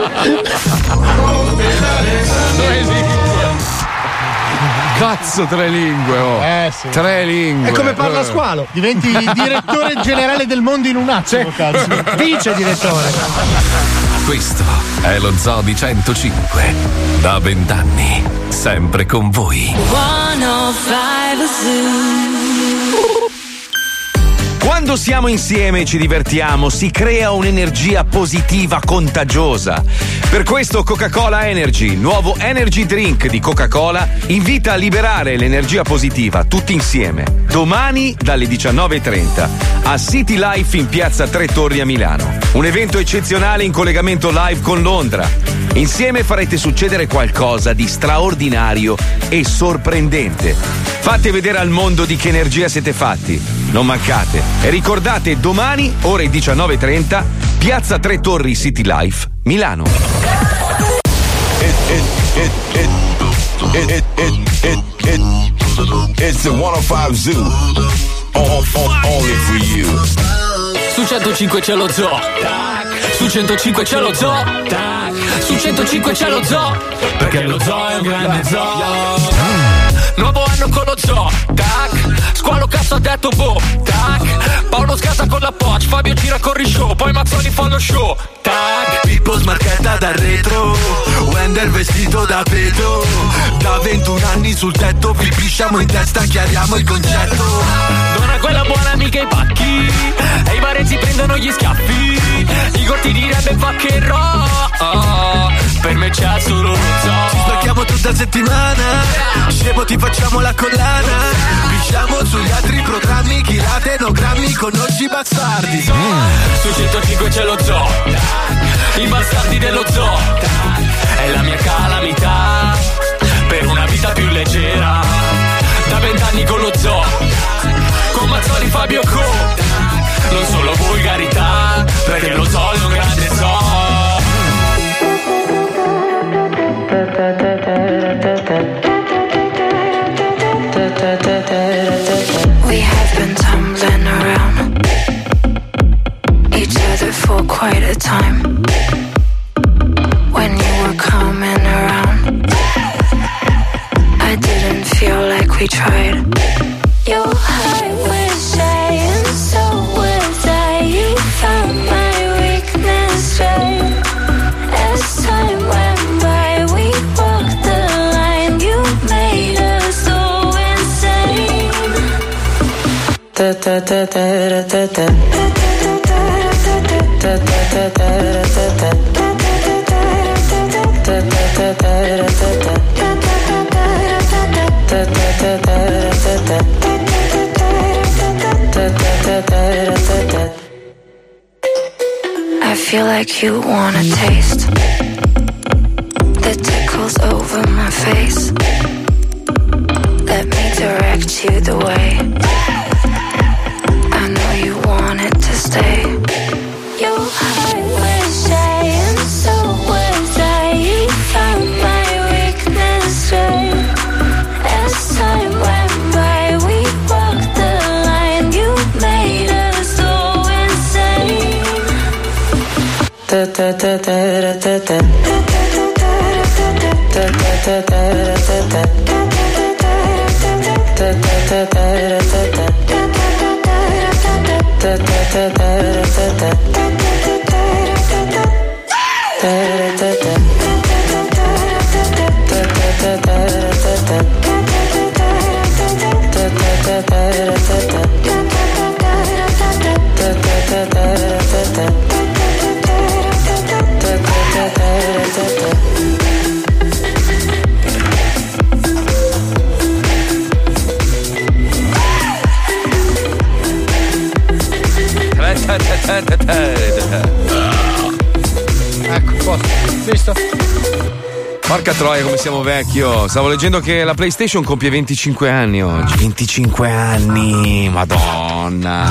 Cazzo, 3 lingue, sì. 3 lingue. È come parla squalo. Diventi il direttore generale del mondo in un attimo, cazzo. Vice direttore. Questo è lo Zoo di 105. Da 20 anni, sempre con voi. 105 Zoo. Quando siamo insieme e ci divertiamo, si crea un'energia positiva contagiosa. Per questo Coca-Cola Energy, il nuovo energy drink di Coca-Cola, invita a liberare l'energia positiva tutti insieme. Domani dalle 19:30 a City Life in piazza Tre Torri a Milano. Un evento eccezionale in collegamento live con Londra. Insieme farete succedere qualcosa di straordinario e sorprendente. Fate vedere al mondo di che energia siete fatti. Non mancate. E ricordate, domani, ore 19:30, piazza Tre Torri City Life, Milano. It's the 105 Zoo. Only for you. Su 105 c'è lo zoo. Su 105 c'è lo zoo. Su 105 c'è lo zoo. Perché lo zoo è un grande zoo. Nuovo anno con lo zoo, tac. Squalo cazzo ha detto boh, tac. Paolo scasa con la Poch, Fabio gira con il show, poi Mazzoni fa lo show, tac. Pippo smarchetta dal retro, Wender vestito da pedo. Da 21 anni sul tetto, vi pisciamo in testa, chiariamo il concetto. Donna quella buona amica i pacchi, e i barezzi prendono gli schiaffi. Igor ti direbbe vaccherò, per me c'è solo lo zoo. Ci spacchiamo tutta settimana, scemo ti facciamo la collana. Pisciamo sugli altri programmi, chilate no grammi, conosci i bastardi. Su 105 c'è lo zoo, i bastardi dello zoo. È la mia calamità, per una vita più leggera. Da 20 anni con lo zoo, con Mazzoli, Fabio Co. Non solo volgarità, perché lo zoo è un grande zoo. We have been tumbling around each other for quite a time. When you were coming around, I didn't feel like we tried. Your heart was shy and so was I. You found my weakness right. As time went by, we walked the line. You made us so insane. Da da da da da da da da da da da da da da da da da I feel like you want a taste that tickles over my face. Let me direct you the way. I know you want it to stay. Your heart was shy and so was I. You found my weakness right. As time went by, we walked the line. You made us so insane. Da da da da da da da da da Ecco, posto. Visto? Porca troia, come siamo vecchio. Stavo leggendo che la PlayStation compie 25 anni oggi. 25 anni, madonna.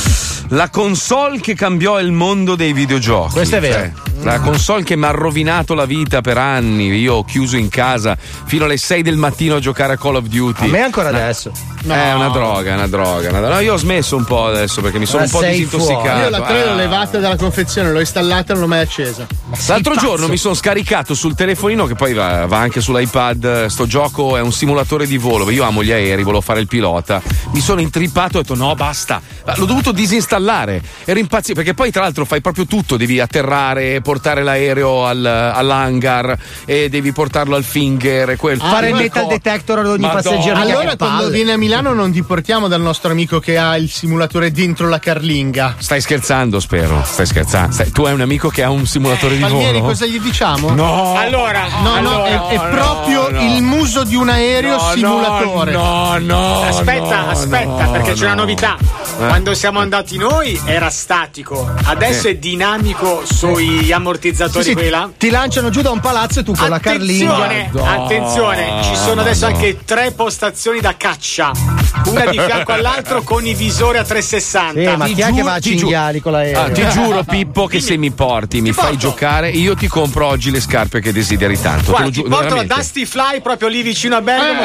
La console che cambiò il mondo dei videogiochi. Questo è vero. La console che mi ha rovinato la vita per anni. Io ho chiuso in casa fino alle 6 del mattino a giocare a Call of Duty. A me ancora adesso. No. È una droga. No, io ho smesso un po' adesso perché mi sono un po' disintossicato. Io la 3 l'ho levata dalla confezione, l'ho installata e non l'ho mai accesa. L'altro giorno mi sono scaricato sul telefonino, che poi va anche sull'iPad. Sto gioco è un simulatore di volo. Io amo gli aerei, volevo fare il pilota. Mi sono intrippato e ho detto no, basta. L'ho dovuto disinstallare. Ero impazzito perché poi tra l'altro fai proprio tutto. Devi atterrare, portare l'aereo all'hangar e devi portarlo al finger. Fare il metal detector ad ogni passeggero. Allora quando viene a Milano non ti portiamo dal nostro amico che ha il simulatore dentro la carlinga. Stai scherzando, spero. Stai scherzando. Tu hai un amico che ha un simulatore di Palmieri, volo? Cosa gli diciamo? No. Allora, è proprio il muso di un aereo simulatore. No. Aspetta, perché c'è una novità. Quando siamo andati noi era statico, adesso è dinamico sui ammortizzatori quelli là. Ti lanciano giù da un palazzo e tu con la carlinga. Attenzione, ci sono adesso anche 3 postazioni da caccia, una di fianco all'altro con i visori a 360. Ma chi è che va a cinghiali con l'aereo? Ti giuro, Pippo, che se mi porti, mi fai giocare, io ti compro oggi le scarpe che desideri tanto. Guarda, ti porto la Dusty Fly proprio lì vicino a Bergamo.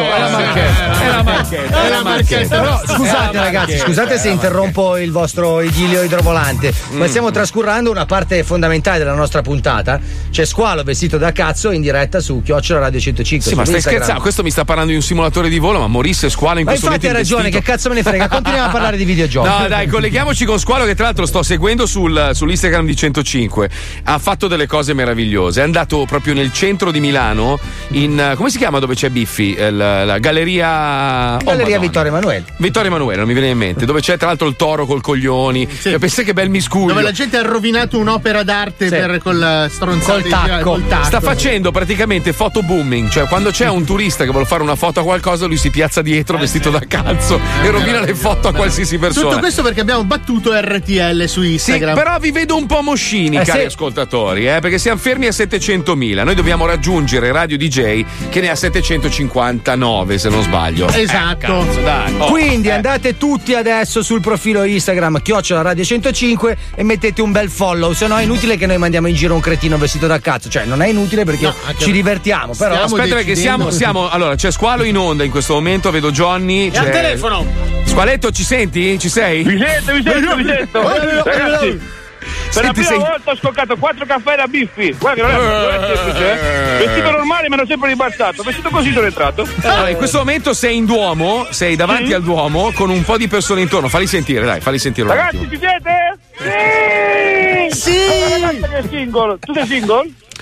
È la marchetta. Però scusate ragazzi, scusate se interrompo il vostro idilio idrovolante, ma stiamo trascurando una parte fondamentale della nostra puntata. C'è Squalo vestito da cazzo in diretta su @ Radio 105. Sì, ma stai scherzando? Questo mi sta parlando di un simulatore di volo, ma morisse Squalo in questo momento. Ma infatti hai ragione, che cazzo me ne frega, continuiamo a parlare di videogiochi. No, dai, colleghiamoci con Squalo, che tra l'altro sto seguendo sull'Instagram di 105. Ha fatto delle cose meravigliose. È andato proprio nel centro di Milano, in come si chiama dove c'è Biffi? La galleria. Vittorio Emanuele. Vittorio Emanuele, non mi viene in mente. Dove c'è tra l'altro il toro col coglioni. Sì. Pensa che bel miscuglio. Dove la gente ha rovinato un'opera d'arte col stronzato col tacco. Sta facendo praticamente foto booming, cioè quando c'è un turista che vuole fare una foto a qualcosa, lui si piazza dietro vestito da cazzo e rovina le foto a qualsiasi persona. Tutto questo perché abbiamo battuto RTL su Instagram. Sì, però vi vedo un po' moscini, cari ascoltatori, perché siamo fermi a 700.000. Noi dobbiamo raggiungere Radio DJ che ne ha 759, se non sbaglio. Esatto. Cazzo, dai. Quindi andate tutti adesso sul profilo Instagram @ Radio 105 e mettete un bel follow, se no è inutile che noi mandiamo in giro un cretino vestito da cazzo, cioè non è inutile perché ci divertiamo, però aspetta perché siamo allora c'è Squalo in onda in questo momento, vedo Johnny, al telefono. Squaletto, ci senti? Ci sei? Vi sento. Ragazzi, per la prima volta ho scoccato 4 caffè da Biffi. Guarda che non è semplice, Vestito normale mi hanno sempre ribaltato. Vestito così sono entrato. Allora, in questo momento sei in Duomo, sei davanti al Duomo con un po' di persone intorno. Falli sentire un Ragazzi, attimo. ci siete? Sì! Sì! Allora, che è single. Tu sei single?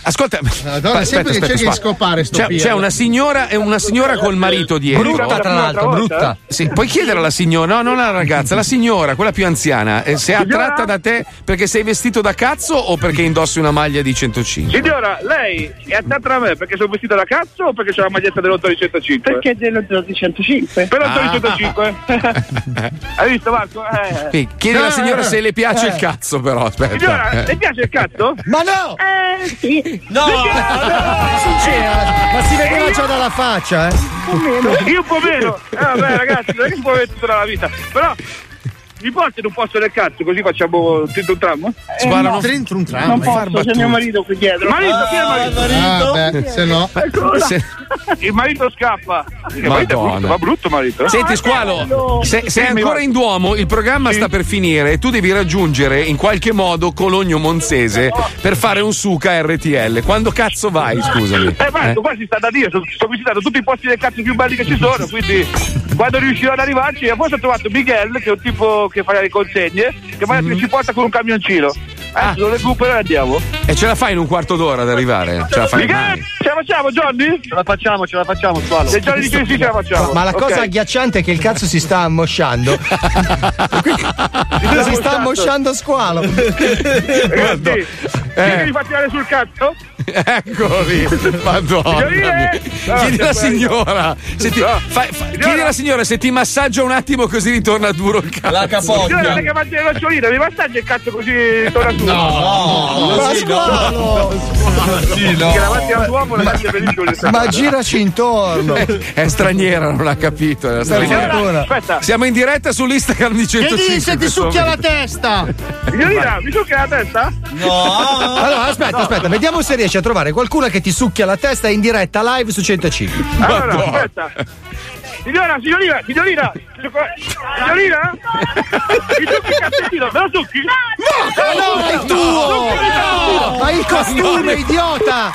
Ascolta, Madonna, sempre che cerchi di scopare sto c'è una signora e una signora col marito dietro. Brutta, tra l'altro, brutta. Sì, puoi chiedere alla signora, no, non alla ragazza, la signora, quella più anziana, se è attratta da te perché sei vestito da cazzo o perché indossi una maglia di 105? Signora, lei è attratta da me perché sono vestito da cazzo o perché c'è la maglietta dell'8 di 105? Perché è dello 0 di 105. Per l'8 di 105. Hai visto, Marco? Sì, chiedi alla signora se le piace il cazzo, però, aspetta. Signora, le piace il cazzo? Ma no! Sì. No! Ma si vedeva già dalla faccia, Io un po' meno. Vabbè, ragazzi, non è che si può avere tutta la vita. Però mi porti in un posto del cazzo, così facciamo dentro un tram? Sparano dentro un tram. Non posso, c'è mio marito qui dietro. Marito, chi è il marito? Beh, se no. Il marito scappa. Il marito è brutto, ma brutto marito. Senti, Squalo, sei ancora in Duomo, il programma sta per finire e tu devi raggiungere in qualche modo Cologno Monzese per fare un suca RTL. Quando cazzo vai, scusami? Marco, qua si sta da Dio, sto visitando tutti i posti del cazzo più belli che ci sono, quindi quando riuscirò ad arrivarci, forse ho trovato Miguel, che è un tipo che fa le consegne, che magari ci porta con un camioncino. Lo recupero e andiamo. E ce la fai in un quarto d'ora ad arrivare? Ce la fai? Miguel, ce la facciamo, Johnny? Ce la facciamo, Squalo. Se Johnny dice sì, ce la facciamo. Ma la cosa agghiacciante è che il cazzo si sta ammosciando. Si sta ammosciando Squalo. Ragazzi, mi fa tirare sul cazzo? Eccolo lì, Madonna. Chiedi alla signora. Chiedi alla signora se ti massaggia un attimo così ritorna duro il cazzo. La capocchia. Non è che mangi le noccioline, mi massaggia il cazzo così torna duro. No, Squalo. Che davanti all'uomo la mangia per ma giraci intorno. È straniera, non ha capito. Aspetta. Siamo in diretta sull'Instagram di 105. Chiedi se ti succhia la testa. Signorina, mi succhia la testa? No. Allora, aspetta, vediamo se riesci a trovare qualcuno che ti succhia la testa in diretta live su 105. Allora, aspetta. Signorina! Mi succhi il cazzettino, me lo succhi? No, è tuo! Ma il costume, idiota!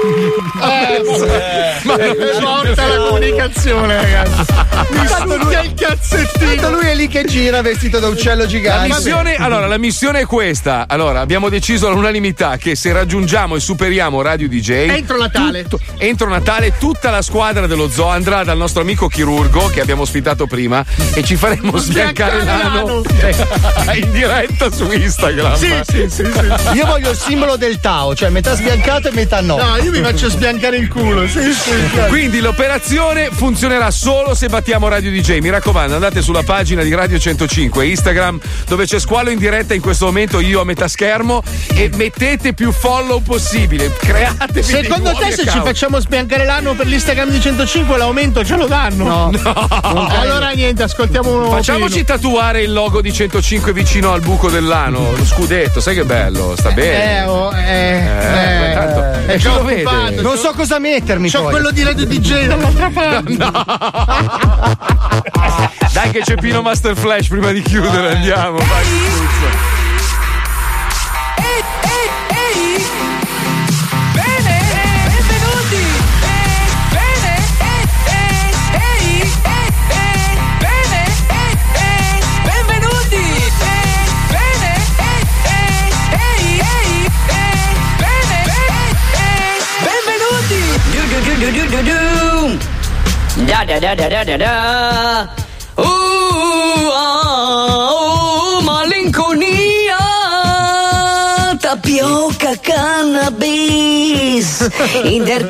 Ma è morta la comunicazione, ragazzi. Mi succhia il cazzettino. Lui è lì che gira vestito da uccello gigante. La missione è questa. Allora, abbiamo deciso all'unanimità che se raggiungiamo e superiamo Radio DJ entro Natale tutta la squadra dello zoo andrà dal nostro amico chirurgo che abbiamo ospitato prima e ci faremo sbiancare l'ano in diretta su Instagram. Sì. Io voglio il simbolo del Tao, cioè metà sbiancato e metà no. No, io mi faccio sbiancare il culo. Sì. Quindi l'operazione funzionerà solo se battiamo Radio DJ. Mi raccomando, andate sulla pagina di Radio 105 Instagram, dove c'è Squalo in diretta in questo momento, io a metà schermo, e mettete più follow possibile. Createvi. Secondo te se ci facciamo sbiancare l'anno per l'Instagram di 105 l'aumento ce lo danno? No. Allora niente, ascoltiamo uno. Facciamoci tatuare il logo di 105 vicino al buco dell'ano, lo scudetto, sai che bello, sta bene. È chi lo vede? Non so cosa mettermi. C'ho poi quello di Radio DJ dall'altra parte. No. Dai che c'è Pino Master Flash prima di chiudere, andiamo, vai. Malinconia, tapioca, cannabis, in der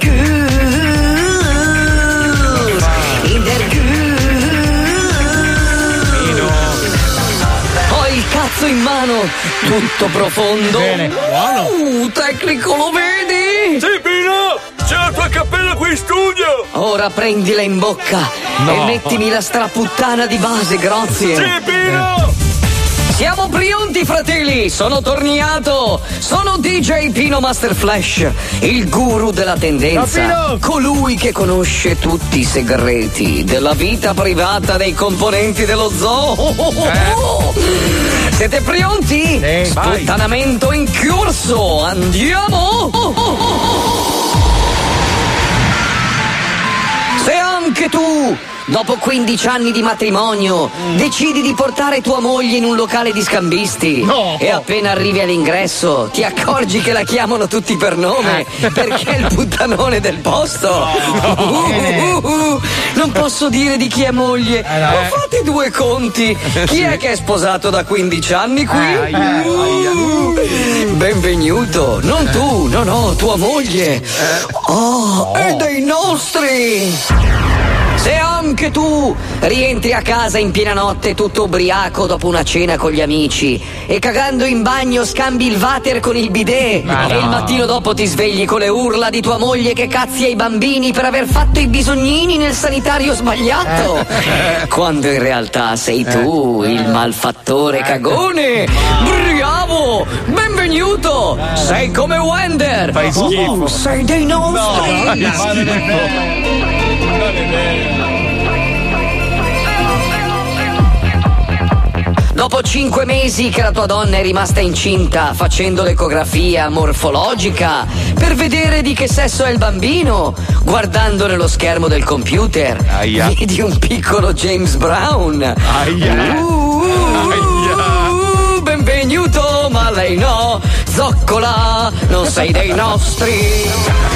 ho il cazzo in mano, tutto profondo. Bene. Tecnico, lo vedi? Sì, Pino! C'è la tua cappella qui in studio! Ora prendila in bocca e mettimi la straputtana di base, grazie. Sì, Pino! Siamo pronti, fratelli! Sono tornato! Sono DJ Pino Master Flash, il guru della tendenza, colui che conosce tutti i segreti della vita privata dei componenti dello zoo. Siete pronti? Sputtanamento in corso! Andiamo! Se anche tu dopo 15 anni di matrimonio, decidi di portare tua moglie in un locale di scambisti. E appena arrivi all'ingresso, ti accorgi che la chiamano tutti per nome, perché è il puttanone del posto. Non posso dire di chi è moglie, ma fate due conti. Chi è che è sposato da 15 anni qui? Benvenuto, non tu, no, tua moglie. È dei nostri. Se anche tu rientri a casa in piena notte tutto ubriaco dopo una cena con gli amici e cagando in bagno scambi il water con il bidet e il mattino dopo ti svegli con le urla di tua moglie che cazzia i bambini per aver fatto i bisognini nel sanitario sbagliato, quando in realtà sei tu il malfattore cagone. Bravo, benvenuto, sei come Wender. Fai schifo. Sei dei nostri. Dopo 5 mesi che la tua donna è rimasta incinta, facendo l'ecografia morfologica per vedere di che sesso è il bambino, guardando nello schermo del computer, vedi un piccolo James Brown. Benvenuto, ma lei no, zoccola, non sei dei nostri.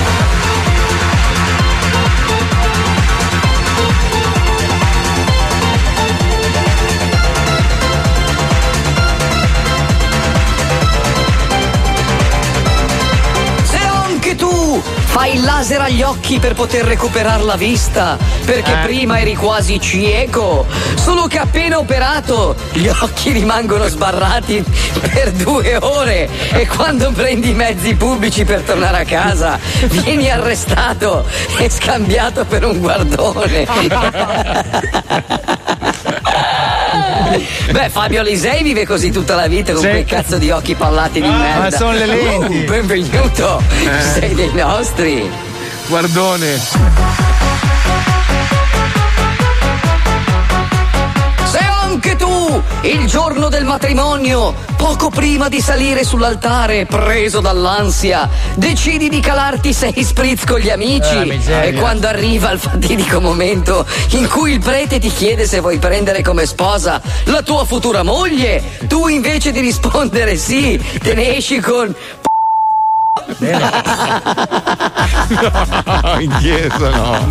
Fai il laser agli occhi per poter recuperare la vista, perché prima eri quasi cieco, solo che appena operato gli occhi rimangono sbarrati per 2 ore e quando prendi i mezzi pubblici per tornare a casa vieni arrestato e scambiato per un guardone. Beh, Fabio Alisei vive così tutta la vita con quei cazzo di occhi pallati di merda. Ma sono le lenti. Benvenuto, sei dei nostri. Guardone. Anche tu, il giorno del matrimonio, poco prima di salire sull'altare, preso dall'ansia, decidi di calarti 6 spritz con gli amici e quando arriva il fatidico momento in cui il prete ti chiede se vuoi prendere come sposa la tua futura moglie, tu invece di rispondere sì, te ne esci con... No, in chiesa no.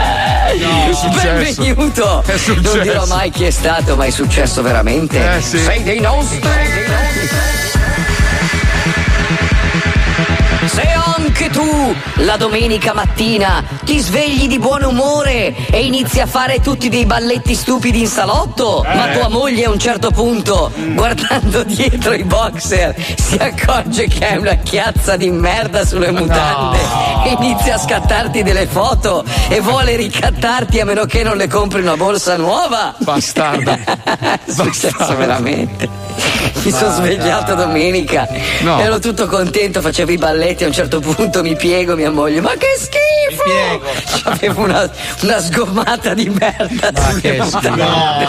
Benvenuto! È successo. Non dirò mai chi è stato, ma è successo veramente. Sì. Sei dei nostri! Se anche tu la domenica mattina ti svegli di buon umore e inizi a fare tutti dei balletti stupidi in salotto, ma tua moglie a un certo punto, guardando dietro i boxer, si accorge che hai una chiazza di merda sulle mutande e inizia a scattarti delle foto e vuole ricattarti a meno che non le compri una borsa nuova. Bastarda. È successo veramente. Mi sono svegliato domenica, ero tutto contento, facevo i balletti, a un certo punto mi piego, mia moglie, ma che schifo! Avevo una sgommata di merda sulle mutande.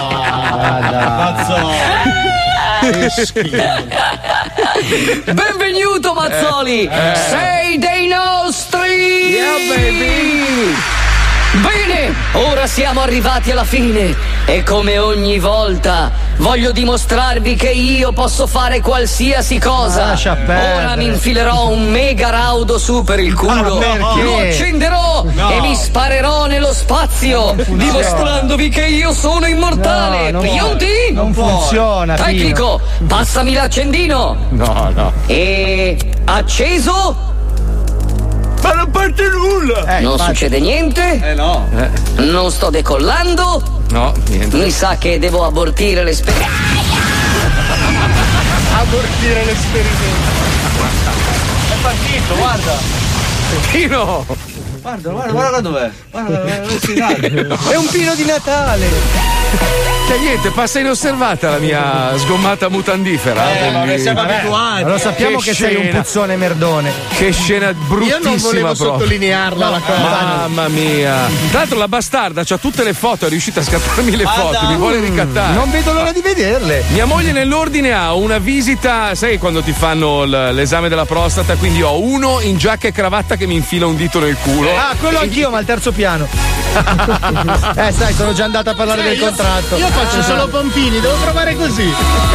Che schifo. Benvenuto Mazzoli, sei dei nostri! Yeah, baby! Bene, ora siamo arrivati alla fine e come ogni volta voglio dimostrarvi che io posso fare qualsiasi cosa. Ora mi infilerò un mega raudo su per il culo, lo accenderò e mi sparerò nello spazio, dimostrandovi che io sono immortale. Pronti? Non funziona. Tecnico, passami l'accendino. No. E acceso? Ma non parte nulla! Non succede niente? No. Non sto decollando? No, niente. Mi sa che devo abortire l'esperimento. Abortire l'esperimento. È partito, guarda. Pino! Guarda dov'è. Guarda, è un pino di Natale. Niente, passa inosservata la mia sgommata mutandifera. Ma ne siamo abituati. Lo sappiamo che sei un puzzone merdone. Che scena bruttissima. Io non volevo sottolinearla la cosa. Mamma mia. Tra l'altro la bastarda c'ha tutte le foto, è riuscita a scattarmi le foto, mi vuole ricattare. Non vedo l'ora di vederle. Mia moglie nell'ordine ha una visita, sai quando ti fanno l'esame della prostata, quindi ho uno in giacca e cravatta che mi infila un dito nel culo Ah, quello anch'io, ma al terzo piano. Sai, sono già andato a parlare del contratto. Io faccio solo pompini, devo provare così.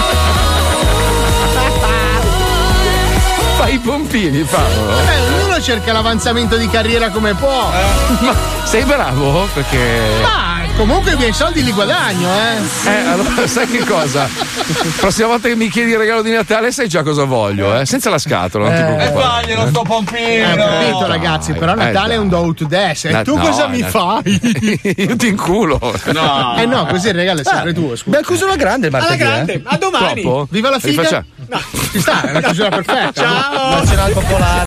Fai i pompini, Paolo. Ognuno cerca l'avanzamento di carriera come può. Ma sei bravo? Perché. Ma comunque i miei soldi li guadagno, allora sai che cosa? Prossima volta che mi chiedi il regalo di Natale sai già cosa voglio, Senza la scatola, non ti preoccupare. Faglielo sto pompino. Ho capito, ragazzi, però Natale è un do to dash. E tu cosa mi fai? Io ti inculo. No. No, così il regalo è sempre tuo, scusa. Beh, chiusura grande il martedì. Alla grande, a domani. Troppo? Viva la figa. No, ci sta, è una chiusura perfetta. Ciao. Nazionale popolare.